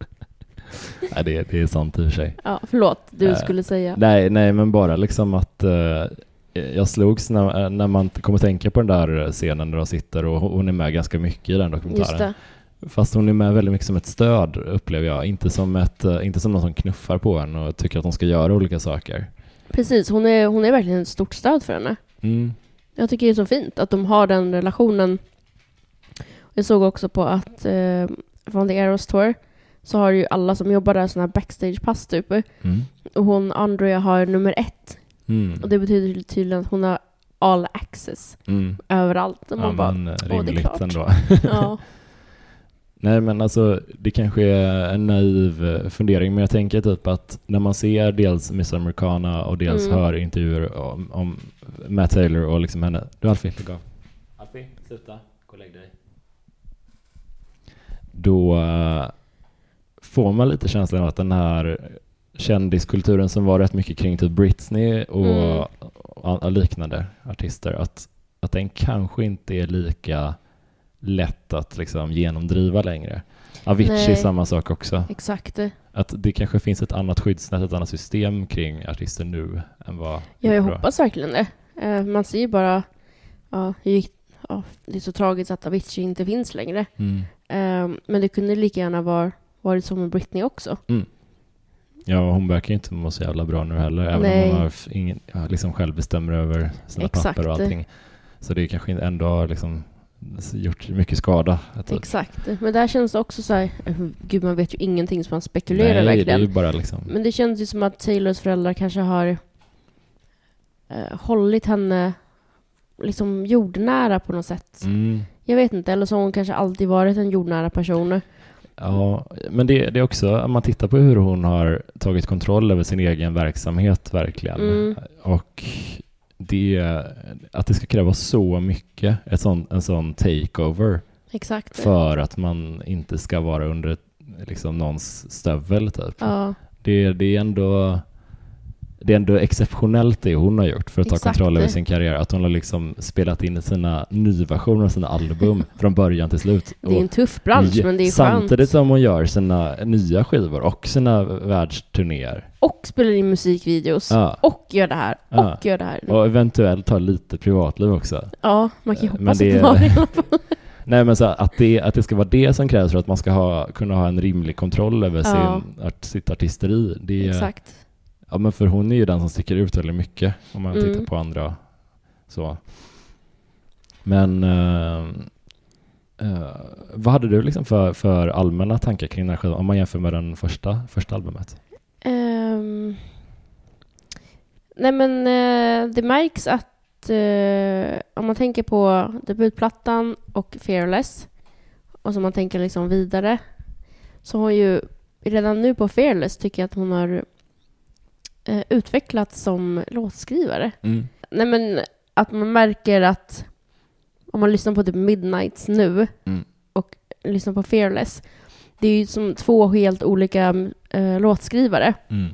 Nej, det, det är sant i och för sig. Ja, förlåt, du Äh, skulle säga. Nej, nej, men bara liksom att uh, jag slogs när, när man kommer tänka på den där scenen där de sitter och hon är med ganska mycket i den Just dokumentären. det. Fast hon är med väldigt mycket som ett stöd, upplever jag. Inte som, ett, uh, inte som någon som knuffar på en och tycker att de ska göra olika saker. Precis, hon är, hon är verkligen ett stort stöd för henne. Mm. Jag tycker det är så fint att de har den relationen. Jag såg också på att eh, från The Eras Tour så har ju alla som jobbar där såna här backstage-pass typ. Mm. Och hon, Andrea, har nummer ett. Mm. Och det betyder tydligen att hon har all access Mm. överallt. Och man Ja, bara, men det är rimligt klart. ändå. ja. Nej, men alltså det kanske är en naiv eh, fundering, men jag tänker typ att när man ser dels Miss Americana och dels Mm. hör intervjuer om, om Matt Taylor och liksom henne. Du Alfie, lägg av. Alfie, sluta. Gå och lägg dig. Då uh, får man lite känslan av att den här kändiskulturen som var rätt mycket kring typ Britney och, Mm. och, och liknande artister, att, att den kanske inte är lika lätt att liksom genomdriva längre. Avicii Nej. samma sak också. Exakt. Att det kanske finns ett annat skyddsnät, ett annat system kring artister nu än vad... Ja, jag då. hoppas verkligen det. Eh, man ser ju bara, ja, hur gick, ja, det är så tragiskt att Avicii inte finns längre. Mm. Eh, men det kunde lika gärna var, varit som med Britney också. Mm. Ja, hon verkar ju inte må så jävla bra nu heller. Även Nej. om hon har f- ingen, ja, liksom själv bestämmer över sina Exakt. papper och allting. Så det kanske ändå har liksom gjort mycket skada. Typ. Exakt. Men där känns det också så här, eh, gud, man vet ju ingenting som man spekulerar Nej, verkligen. det är ju bara liksom... Men det känns ju som att Taylors föräldrar kanske har eh, hållit henne liksom jordnära på något sätt. Mm. Jag vet inte, eller så har hon kanske alltid varit en jordnära person. Ja, men det, det är också, om man tittar på hur hon har tagit kontroll över sin egen verksamhet verkligen. Mm. Och det, att det ska kräva så mycket, ett sån, en sån takeover. Exakt. För att man inte ska vara under liksom någons stövel typ. Ja. Det, det är ändå det är ändå exceptionellt det hon har gjort för att ta Exakt. kontroll över sin karriär. Att hon har liksom spelat in sina nyversioner av sina album från början till slut. Det är en tuff bransch, Och men det är samtidigt skönt. som hon gör sina nya skivor och sina världsturnéer. Och spelar in musikvideos. Ja. Och gör det här. Ja. Och gör det här. Och eventuellt har lite privatliv också. Ja, man kan ju Men hoppas det- att de har det i alla fall. Nej, men så att det, att det ska vara det som krävs för att man ska ha, kunna ha en rimlig kontroll över Ja. sin, art, sitt artisteri. Det är, Exakt. ja, men för hon är ju den som sticker ut väldigt mycket om man Mm. tittar på andra. Så. Men uh, uh, vad hade du liksom för, för allmänna tankar kring den här skivan om man jämför med den första, första albumet? Ehm, nej men eh, det märks att eh, om man tänker på debutplattan och Fearless och så man tänker liksom vidare så har hon ju redan nu på Fearless tycker jag att hon har eh, utvecklats som låtskrivare. Mm. Nej men att man märker att om man lyssnar på typ Midnights nu Mm. och lyssnar på Fearless, det är ju som två helt olika eh, låtskrivare. Mm.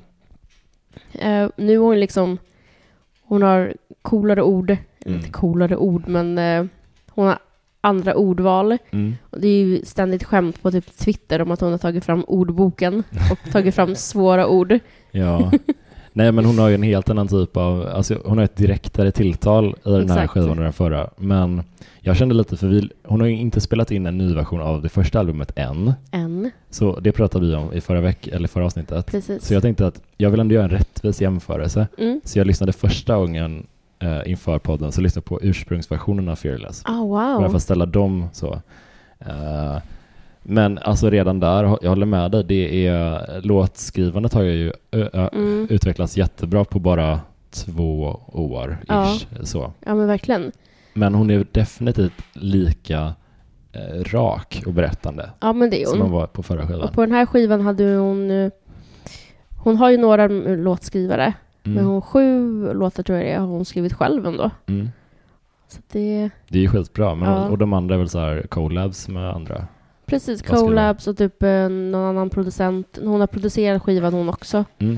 Eh, nu är hon liksom hon har coolare ord, eller Mm. inte coolare ord, men eh, hon har andra ordval. Mm. Och det är ju ständigt skämt på typ Twitter om att hon har tagit fram ordboken och tagit fram svåra ord. Ja. Nej, men hon har ju en helt annan typ av, alltså hon har ett direktare tilltal i den här Exakt. skivan än den förra. Men jag kände lite för vi, hon har ju inte spelat in en ny version av det första albumet än. En. Så det pratade vi om i förra veck eller förra avsnittet. Precis. Så jag tänkte att jag vill ändå göra en rättvis jämförelse. Mm. Så jag lyssnade första gången eh, inför podden, så lyssnade jag på ursprungsversionen av Fearless. Oh, Bara wow. för att ställa dem så. Eh, men alltså redan där, jag håller med dig, det är, låtskrivandet har ju ö, ö, Mm. utvecklats jättebra på bara två år. Ja. Ish, så. Ja, men verkligen. Men hon är definitivt lika eh, rak och berättande Ja, men det är som hon hon. var på förra skivan. Och på den här skivan hade hon eh, hon har ju några mm, låtskrivare, Mm. men hon sju låtar tror jag det är, har hon skrivit själv ändå. Mm. Så att det Det är ju skitbra, men Ja. och de andra är väl så här collabs med andra. precis Vad skulle collabs och typ eh, någon annan producent. Hon har producerat skivan hon också. Mm.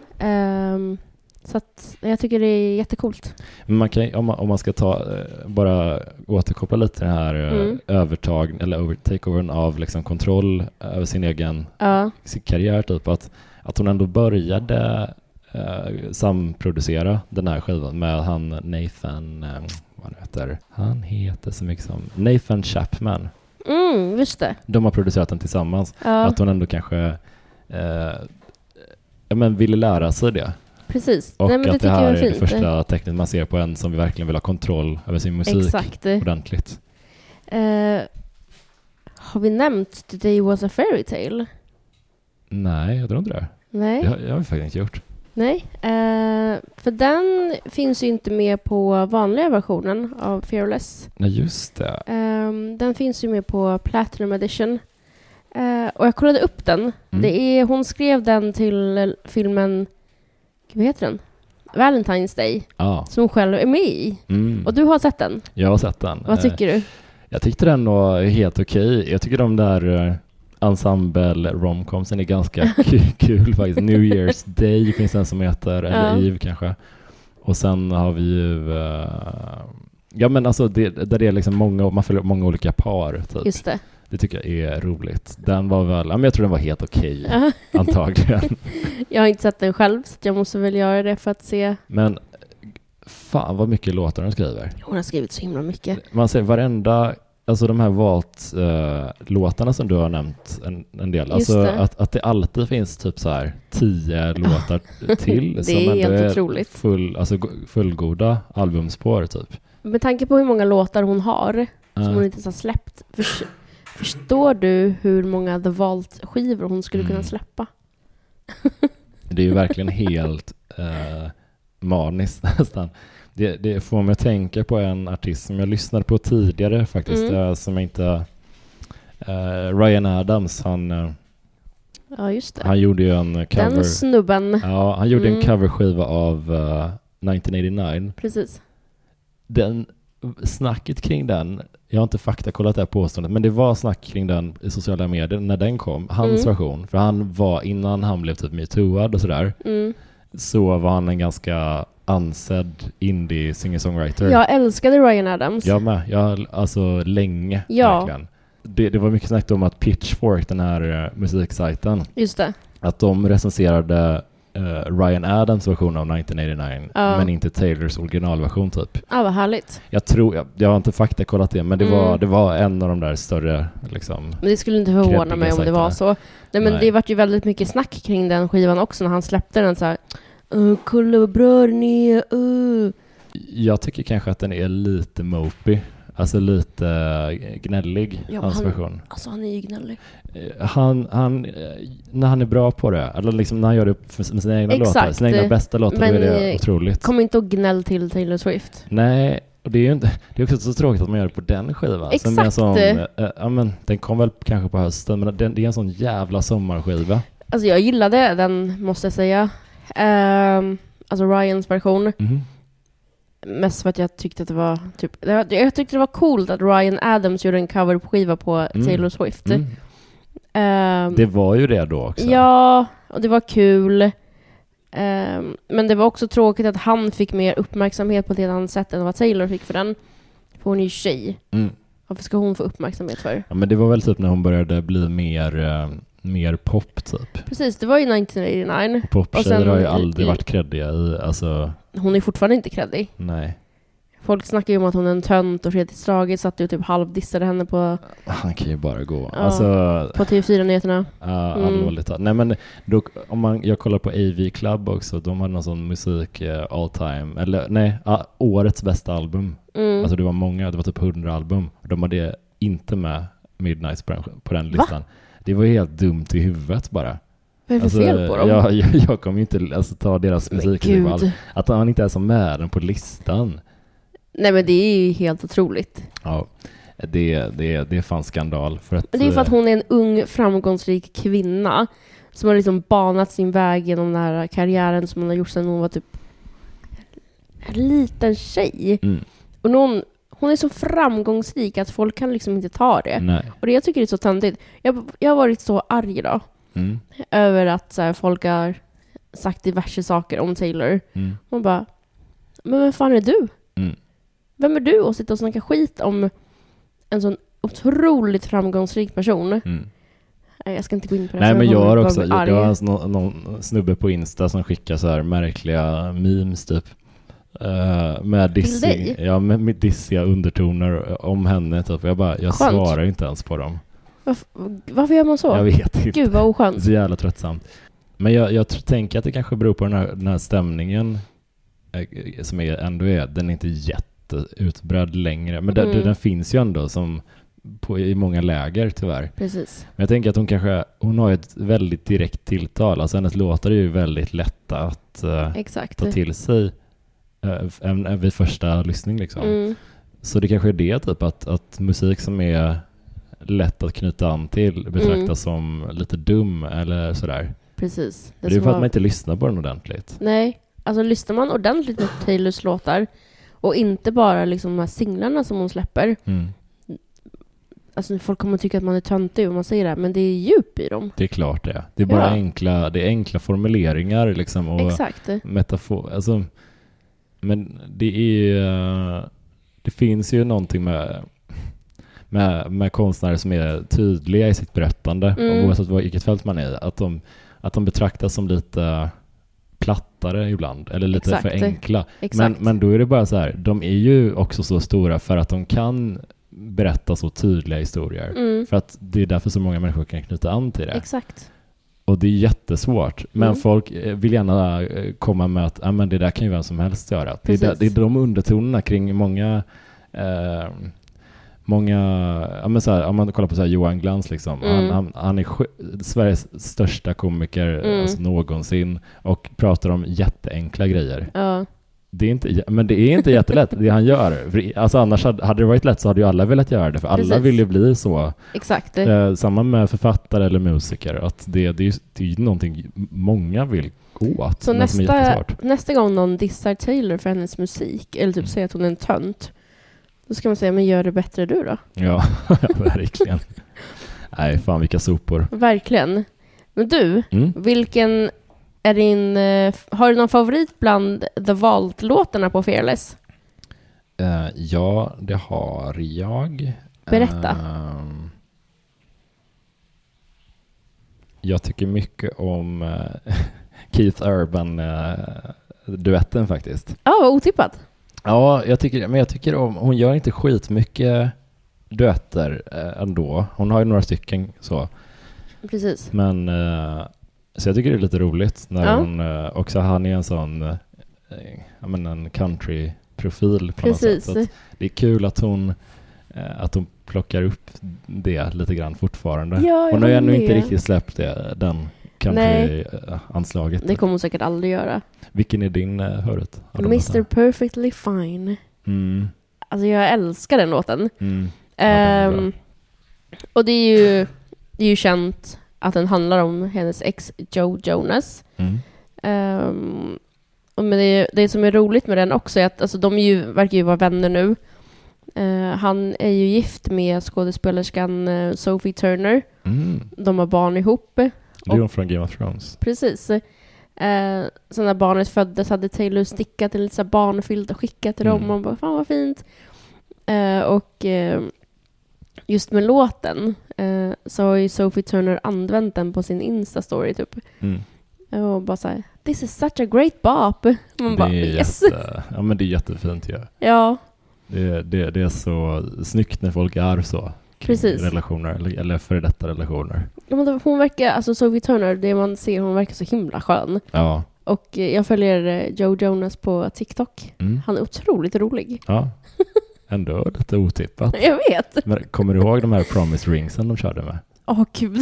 Ehm, så att jag tycker det är jättecoolt. Men man kan, om, man, om man ska ta, eh, bara återkoppla lite till den här eh, Mm. övertag eller over, takeovern av liksom kontroll över sin egen Ja, sin karriär typ, att, att hon ändå började eh, samproducera den här skivan med han Nathan, eh, vad han heter, han heter så mycket som Nathan Chapman. mm, just det. De har producerat den tillsammans. Ja, Att hon ändå kanske eh, ja, men ville lära sig det. precis. Och Nej, men det att det tycker här jag är är det fint. första tecknet man ser på en som verkligen vill ha kontroll över sin musik Exakt. ordentligt. Eh, har vi nämnt The Day Was a Fairy Tale? Nej, jag tror inte det. Nej. Jag, jag har faktiskt inte gjort. Nej, eh, för den finns ju inte med på vanliga versionen av Fearless. Nej, just det. Ehm, den finns ju med på Platinum Edition. Eh, och jag kollade upp den. Mm. Det är, hon skrev den till filmen, vad heter den? Valentine's Day, Ja. som hon själv är med i. Mm. Och du har sett den. Jag har sett den. Vad tycker Eh, du? Jag tyckte den var helt okej. Jag tycker de där eh, ensemble romcomsen är ganska ku- kul faktiskt. New Year's Day finns en som heter, eller Ja. Eve kanske. Och sen har vi ju eh, ja, men alltså det, där det är liksom många, man följer många olika par typ. Just det. Det tycker jag är roligt. Den var väl, ja, men jag tror den var helt okej Ja. antagligen. Jag har inte sett den själv, så jag måste väl göra det för att se. Men fan vad mycket låtar de skriver. Hon har skrivit så himla mycket. Man ser varenda, alltså de här Vault-låtarna som du har nämnt en, en del. Just Alltså det. att, att det alltid finns typ så här tio låtar till. Det som är ändå helt otroligt. Full, alltså go- fullgoda albumspår typ. Med tanke på hur många låtar hon har, som Ja. hon inte ens har släppt. Förs- förstår du hur många The Vault-skivor hon skulle Mm. kunna släppa? Det är ju verkligen helt eh, maniskt nästan. Det, det får mig att tänka på en artist som jag lyssnade på tidigare faktiskt, Mm. eh, som jag inte Uh, Ryan Adams, han, uh, Ja, just det. han gjorde ju en cover. Den snubben. Ja, han gjorde Mm. en coverskiva av uh, nittonhundraåttionio. Precis. Den, snacket kring den, jag har inte faktakollat det här påståendet, men det var snack kring den i sociala medier när den kom, hans Mm. version. För han var, innan han blev typ metooad och sådär, Mm. så var han en ganska ansedd indie singer-songwriter. Jag älskade Ryan Adams. Jag med. Jag, alltså länge, Ja. verkligen. Det, det var mycket snack om att Pitchfork, den här uh, musiksajten, Just det. att de recenserade uh, Ryan Adams version av nittonhundraåttionio, Ja. men inte Taylors originalversion typ. Ja, vad härligt. Jag tror, jag, jag har inte faktakollat det, men det, Mm. var, det var en av de där större liksom. Men det skulle inte förvåna Kreddiga mig om det sajterna. var så. Nej, men Nej. det vart ju väldigt mycket snack kring den skivan också när han släppte den så här. Uh, kolla vad bra den är. Uh. Jag tycker kanske att den är lite mopey. Alltså lite uh, gnällig, Ja, hans han- version. Alltså han är ju gnällig. Uh, Han, han, uh, när han är bra på det, eller liksom när han gör det för, med sina egna Exakt. låtar, sina egna bästa låtar, Men, då är det eh, otroligt. Kom inte och gnäll till Taylor Swift. Nej, och det är ju inte, det är också så tråkigt att man gör det på den skivan. Som är en Exakt. sån, uh, ja men den kom väl kanske på hösten, men den, det är en sån jävla sommarskiva. Alltså jag gillade den, måste jag säga. Ehm, alltså Ryans version. Mm. Mest för att jag tyckte att det var typ, det var- jag tyckte det var coolt att Ryan Adams gjorde en coverskiva på Mm. Taylor Swift. Mm. Ehm, Det var ju det då också. Ja, och det var kul. Ehm, men det var också tråkigt att han fick mer uppmärksamhet på ett helt annat sätt än vad Taylor fick för den. För hon är ju tjej. Mm. Varför ska hon få uppmärksamhet för? Ja, men det var väl typ när hon började bli mer, eh, mer pop typ. Precis, det var ju nittonhundraåttionio. Och Poptjejer sen- har ju aldrig i- varit kreddiga i, alltså, Hon är fortfarande inte kreddig. nej. Folk snackar ju om att hon är en tönt och Fredrik Strage satt ju typ halvdissade henne på, Han kan ju bara gå. Ja. Alltså, på T V fyra-nyheterna. ja, Mm. allvarligt. Nej men, då, om man, jag kollar på A V Club också, de hade någon sån musik eh, all time, eller nej, ah, årets bästa album. Mm. Alltså det var många, det var typ hundra album. De hade inte med Midnight på den, på den listan. Det var ju helt dumt i huvudet bara. Vad är det för Alltså, fel på dem? Jag, jag, jag kommer ju inte alltså, ta deras Men musik gud. på all, att han inte är som med den på listan. Nej men det är ju helt otroligt. Ja, det, det, det är fan skandal. För att, Det är för att hon är en ung, framgångsrik kvinna som har liksom banat sin väg genom den här karriären som hon har gjort sedan hon var typ en liten tjej. Mm, Och någon, hon är så framgångsrik att folk kan liksom inte ta det. nej. Och det jag tycker är så töntigt. Jag, jag har varit så arg idag Mm, över att så här, folk har sagt diverse saker om Taylor. mm, Man bara, men vem fan är du? mm. Vem är du att sitta och snacka skit om en sån otroligt framgångsrik person? Mm. Nej, jag ska inte gå in på det. Nej, så men jag kommer har bara också, bli jag, arg. det var alltså någon, någon snubbe på Insta som skickar så här märkliga memes typ. Uh, med Till dissig, dig? ja, med, med dissiga undertoner om henne typ. Jag bara, jag Skönt. svarar inte ens på dem. Varför, varför gör man så? Jag vet inte. Gud vad oskönt. Så jävla tröttsamt. Men jag, jag tr- tänker att det kanske beror på den här, den här stämningen eh, som är, ändå är, den är inte jätteutbredd längre. Men Mm. den, den finns ju ändå som på, i många läger tyvärr. Precis. Men jag tänker att hon kanske, hon har ett väldigt direkt tilltal. Alltså hennes låtar är ju väldigt lätta att eh, Exakt. ta till sig eh, en, en, vid första lyssning liksom. Mm. Så det kanske är det typ att, att musik som är lätt att knyta an till betraktas Mm. som lite dum eller sådär. Precis. Det är ju som för att var- man inte lyssnar på den ordentligt. Nej, alltså lyssnar man ordentligt på Taylors låtar och inte bara liksom de här singlarna som hon släpper. Mm. Alltså folk kommer tycka att man är töntig om man säger det, men det är djup i dem. Det är klart det. Det är bara Ja. enkla, det är enkla formuleringar liksom och Exakt. metafor. Alltså, men det är uh, det finns ju någonting med med, med konstnärer som är tydliga i sitt berättande, Mm. oavsett vilket fält man är i, att de, att de betraktas som lite plattare ibland, eller lite Exakt. för enkla. Men, Exakt. men då är det bara så här, de är ju också så stora för att de kan berätta så tydliga historier. Mm. För att det är därför så många människor kan knyta an till det. Exakt. Och det är jättesvårt. Men Mm. folk eh, vill gärna eh, komma med att ah, men det där kan ju vem som helst göra. Det är, Precis. där, det är de undertonerna kring många eh, många, ja men så här, om man kollar på så här Johan Glans liksom, Mm. han, han, han är sj- Sveriges största komiker Mm. alltså, någonsin och pratar om jätteenkla grejer. Ja. Det är inte, men det är inte jättelätt det han gör. För, alltså annars hade, hade det varit lätt så hade ju alla velat göra det. För alla Precis. vill ju bli så. Exakt. Eh, samma med författare eller musiker. Att det, det, är, det är ju någonting många vill gå åt. Så men som är nästa, jättesvårt. nästa gång någon dissar Taylor för hennes musik eller typ säger att hon är en tönt, då ska man säga, men gör det bättre du då? Ja, verkligen. Nej, fan vilka sopor. Verkligen. Men du, Mm. vilken är din... eh, har du någon favorit bland The Vault-låtarna på Fearless? Eh, ja, det har jag. Berätta. Ehm, jag tycker mycket om eh, Keith Urban-duetten faktiskt. Ja, vad otippat. Ja, jag tycker, men jag tycker om... Hon gör inte skitmycket duetter eh, ändå. Hon har ju några stycken så. Precis. Men... Eh, så jag tycker det är lite roligt när Ja. hon... Eh, också han är en sån... Eh, jag menar en country-profil på något Precis. sätt. Så att det är kul att hon... Eh, att hon plockar upp det lite grann fortfarande. Ja, jag hon har ju ännu håller inte med. riktigt släppt det, den Nej. country-anslaget. Det kommer hon säkert aldrig göra. Vilken är din eh, hörut? mister Perfectly Fine. Mm. Alltså jag älskar den låten. Mm. Ja, den är bra. Ehm, och det är ju, det är ju känt att den handlar om hennes ex Joe Jonas. Mm. Ehm, och men det, det som är roligt med den också är att alltså, de är ju, verkar ju vara vänner nu. Eh, han är ju gift med skådespelerskan eh, Sophie Turner. Mm. De har barn ihop. Det är hon från Game of Thrones. Precis. Eh, så när barnet föddes hade Taylor stickat en lite så här barnfilt och skickat till dem. Mm. Och man bara, fan vad fint. Eh, och eh, just med låten eh, så har ju Sophie Turner använt den på sin Insta-story typ. Mm. Och bara såhär, this is such a great bop. Man Det bara, är yes. jätte, ja, men det är jättefint. Ja. Ja, Det, det, det är så snyggt när folk är så. kring Precis. Relationer, eller, eller före detta relationer. ja men då- hon verkar, alltså Sophie Turner, det man ser, hon verkar så himla skön. Ja. Och eh, jag följer eh, Joe Jonas på TikTok. Mm. Han är otroligt rolig. Ja. Ändå lite otippat. Jag vet. Men kommer du ihåg de här promise ringsen de körde med? Åh gud.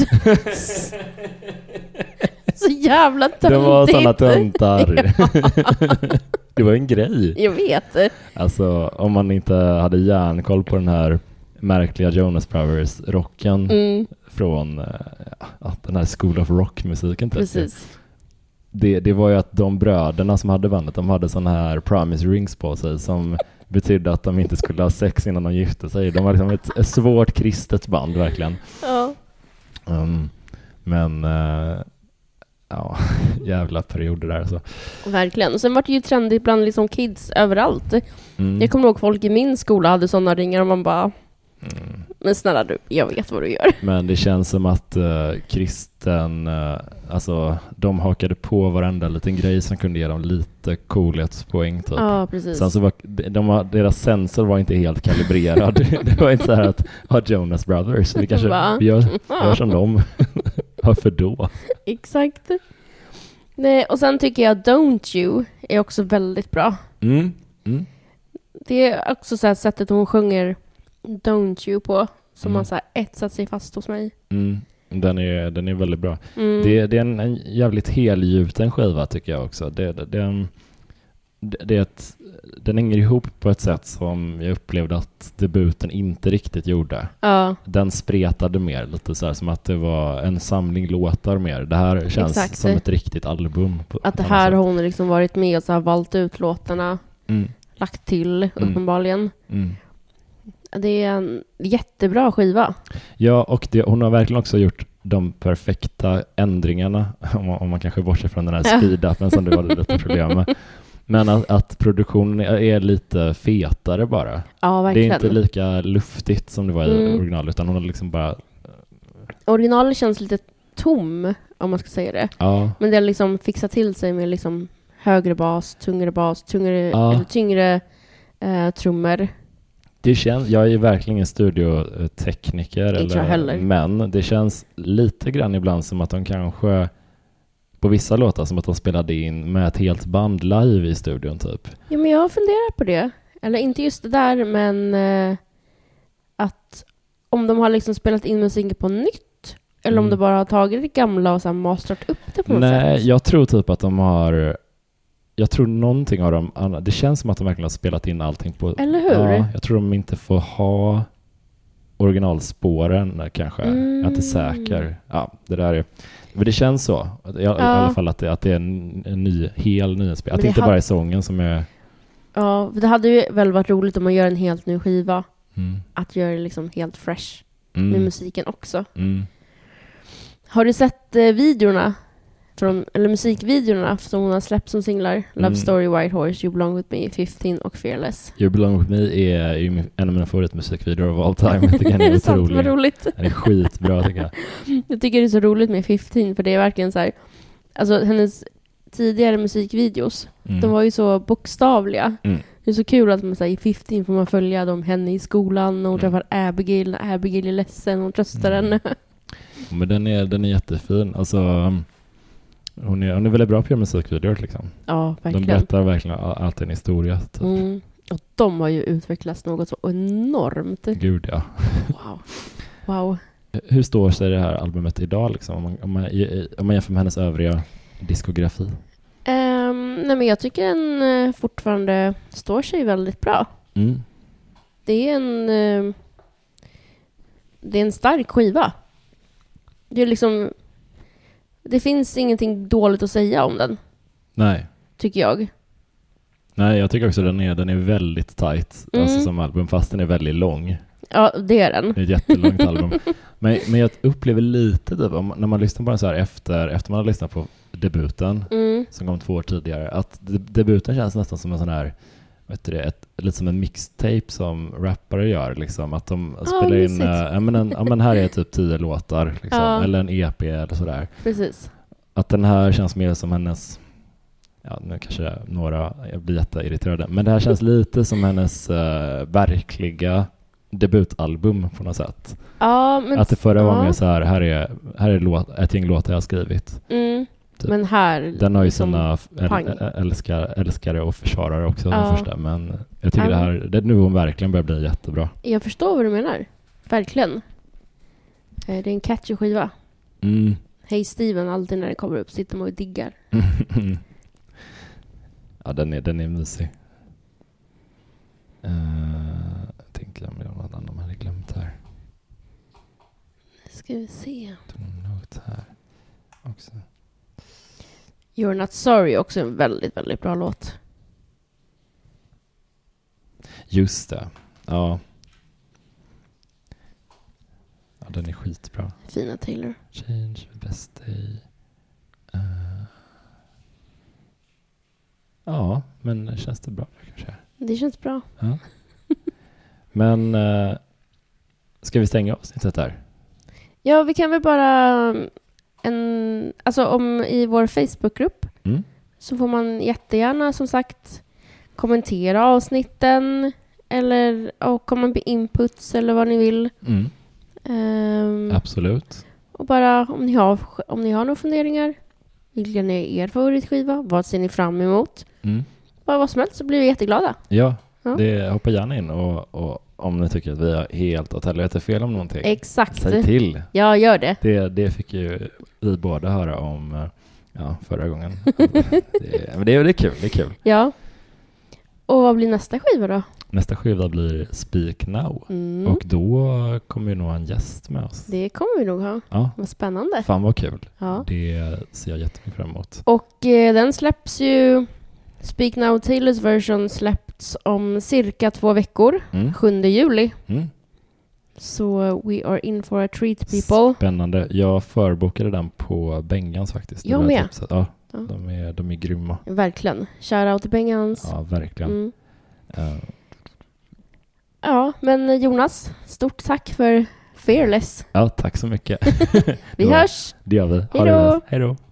Så jävla töntigt. Det var sådana töntar. Det var en grej. Jag vet. Alltså om man inte hade järnkoll på den här märkliga Jonas Brothers-rocken Mm, från ja, den här School of Rock-musiken. typ. precis. Det, det var ju att de bröderna som hade bandet, de hade såna här promise rings på sig som betydde att de inte skulle ha sex innan de gifte sig. De var liksom ett, ett svårt kristet band, verkligen. Ja. Um, men uh, ja, jävla perioder där. Så. Verkligen. Och sen var det ju trendigt bland liksom kids överallt. Mm. Jag kommer ihåg folk i min skola hade sådana ringar och man bara, Mm. men snälla du, jag vet vad du gör. Men det känns som att uh, kristen, uh, alltså de hakade på varenda liten grej som kunde ge dem lite coolhetspoäng typ. Ja, precis. Sen så var de, de var, deras sensor var inte helt kalibrerad. Det var inte så här att ha Jonas Brothers, vi kanske Va? vi gör, gör som dem. Varför då? Exakt. Nej, och sen tycker jag Don't You är också väldigt bra. Mm. Mm. Det är också så här sättet hon sjunger Don't You på som Mm. har så här etsat sig fast hos mig. Mm. Den är, den är väldigt bra. Mm. Det, det är en, en jävligt helgjuten skiva tycker jag också. Det, det, det, är en- det, det är ett, den hänger ihop på ett sätt som jag upplevde att debuten inte riktigt gjorde. Ja, Den spretade mer, lite så här som att det var en samling låtar mer. Det här känns Exakt. som ett riktigt album. På, att det på något här sätt. har hon liksom varit med och så här valt ut låtarna, Mm. lagt till uppenbarligen. Mm. Det är en jättebra skiva. Ja, och det, hon har verkligen också gjort de perfekta ändringarna, om man, om man kanske bortser från den här Ja. speed-upen som det var lite problem med. Men att, att produktionen är, är lite fetare bara. Ja, Det är verkligen. inte lika luftigt som det var i Mm. original, utan hon har liksom bara... Originalet känns lite tom, om man ska säga det. Ja, Men det har liksom fixat till sig med liksom högre bas, tungre bas, tungre, Ja. eller tyngre eh, trummor. det känns... Jag är verkligen en studiotekniker, Inte jag heller. men det känns lite grann ibland som att de kanske... På vissa låtar som att de spelade in med ett helt band live i studion typ. Ja, men jag har funderat på det. Eller inte just det där, men eh, att om de har liksom spelat in musiken på nytt, eller om Mm. de bara har tagit det gamla och så här masterat upp det på något Nej, sätt. jag tror typ att de har jag tror någonting av dem, det känns som att de verkligen har spelat in allting på... Eller hur? Ja, jag tror de inte får ha originalspåren kanske. Mm. Jag är inte säker. Ja, det där är... Men det känns så. I, ja. I alla fall att det, att det är en, en ny, hel nyinspel. Att det inte hade... bara är sången som är... Ja, det hade ju väl varit roligt om man gör en helt ny skiva. Mm. Att göra det liksom helt fresh mm. med musiken också. Mm. Har du sett eh, videorna? Från, eller musikvideorna som hon har släppt som singlar. Love Mm. Story, White Horse, You Belong With Me, femton och Fearless. You Belong With Me är ju en av mina favoritmusikvideor of all time. Jag tycker den är, är sant, otrolig. vad roligt. Den är skitbra tycker jag. Jag tycker det är så roligt med femton för det är verkligen så här, alltså hennes tidigare musikvideos, Mm. de var ju så bokstavliga. Mm. Det är så kul att man säger i femton får man följa dem, henne i skolan och hon Mm. träffar Abigail när Abigail är ledsen och tröstar Mm. henne. Men den är, den är jättefin. Alltså, hon är, hon är väldigt bra på att göra musikvideor liksom. Ja, De verkligen. berättar verkligen alltid en historia. Typ. Mm. Och de har ju utvecklats något så enormt. Gud ja. Wow. Wow. Hur står sig det här albumet idag liksom? Om man, om man, om man jämför med hennes övriga diskografi? Um, nej men jag tycker den uh, fortfarande står sig väldigt bra. Mm. Det är en uh, det är en stark skiva. Det är liksom det finns ingenting dåligt att säga om den, Nej. tycker jag. Nej, jag tycker också den är, den är väldigt tight. Mm. Alltså som album, fast den är väldigt lång. Ja, det är den. Det är ett jättelångt album. Men, men jag upplever lite typ, om, när man lyssnar på den så här efter, efter man har lyssnat på debuten Mm. som kom två år tidigare, att de, debuten känns nästan som en sån här, vet du det, ett, lite som en mixtape som rappare gör liksom, att de Ja, spelar in, mysigt. äh, ja, men en, ja men här är typ tio låtar liksom, Ja. eller en E P eller sådär. Precis. Att den här känns mer som hennes, ja nu kanske några, jag blir jätteirriterade, men det här känns lite som hennes uh, verkliga debutalbum på något sätt. Ja, men Att det förra var ja. mer så här, här är, här är låt, ett gäng låtar jag har skrivit. Mm. Typ. Men här Den har ju liksom, sina äl- pang. ä- älskare, älskare och försvarare också, Ja. den första. Men jag tycker Ja. det här, det är nu hon verkligen börjar bli jättebra. Jag förstår vad du menar. Verkligen. Eh, Det är en catchy skiva. Mm. Hej Steven, alltid när det kommer upp sitter man och diggar. Ja, den är, den är mysig. Uh, jag tänkte om det var något annat man hade glömt här. Ska vi se. Tog någon not här också. You're Not Sorry, också en väldigt, väldigt bra låt. Just det. Ja. Ja, den är skitbra. Fina Taylor. Change the best day. Uh. Ja, men känns det bra där kanske? Det känns bra. Ja. Men uh, ska vi stänga avsnittet där? Ja, vi kan väl bara en, alltså om i vår Facebookgrupp Mm. så får man jättegärna som sagt kommentera avsnitten eller och komma med inputs eller vad ni vill. Mm. Ehm, Absolut. och bara om ni har om ni har några funderingar, vilken är er favoritskiva? Vad ser ni fram emot? Mm. Bara vad som helst så blir vi jätteglada. Ja, Ja. det hoppa gärna in och, och om ni tycker att vi har helt åt helvete fel om någonting. Exakt. Säg till. Ja, gör det. Det, det fick ju vi båda höra om eh, ja, förra gången. det, men det, är- det är kul, det är kul. Ja. Och vad blir nästa skiva då? Nästa skiva blir Speak Now. Mm. Och då kommer ju nog en gäst med oss. Det kommer vi nog ha. Ja, Vad spännande. fan vad kul. Ja. Det ser jag jättemycket fram emot. Och eh, den släpps ju, Speak Now Taylors version släpps om cirka två veckor, Mm. sjunde juli. Mm. Så we are in for a treat people. Spännande. Jag förbokade den på Bengans faktiskt. Det Jag var ett med. tips. Ja, Ja. de är, de är grymma. Verkligen. Shout out till Bengans. Ja, verkligen. Mm. Eh, Ja, men Jonas, stort tack för Fearless. ja, tack så mycket. Vi Det var- hörs! Det gör vi. Ha Hej det då. bra. Hej då.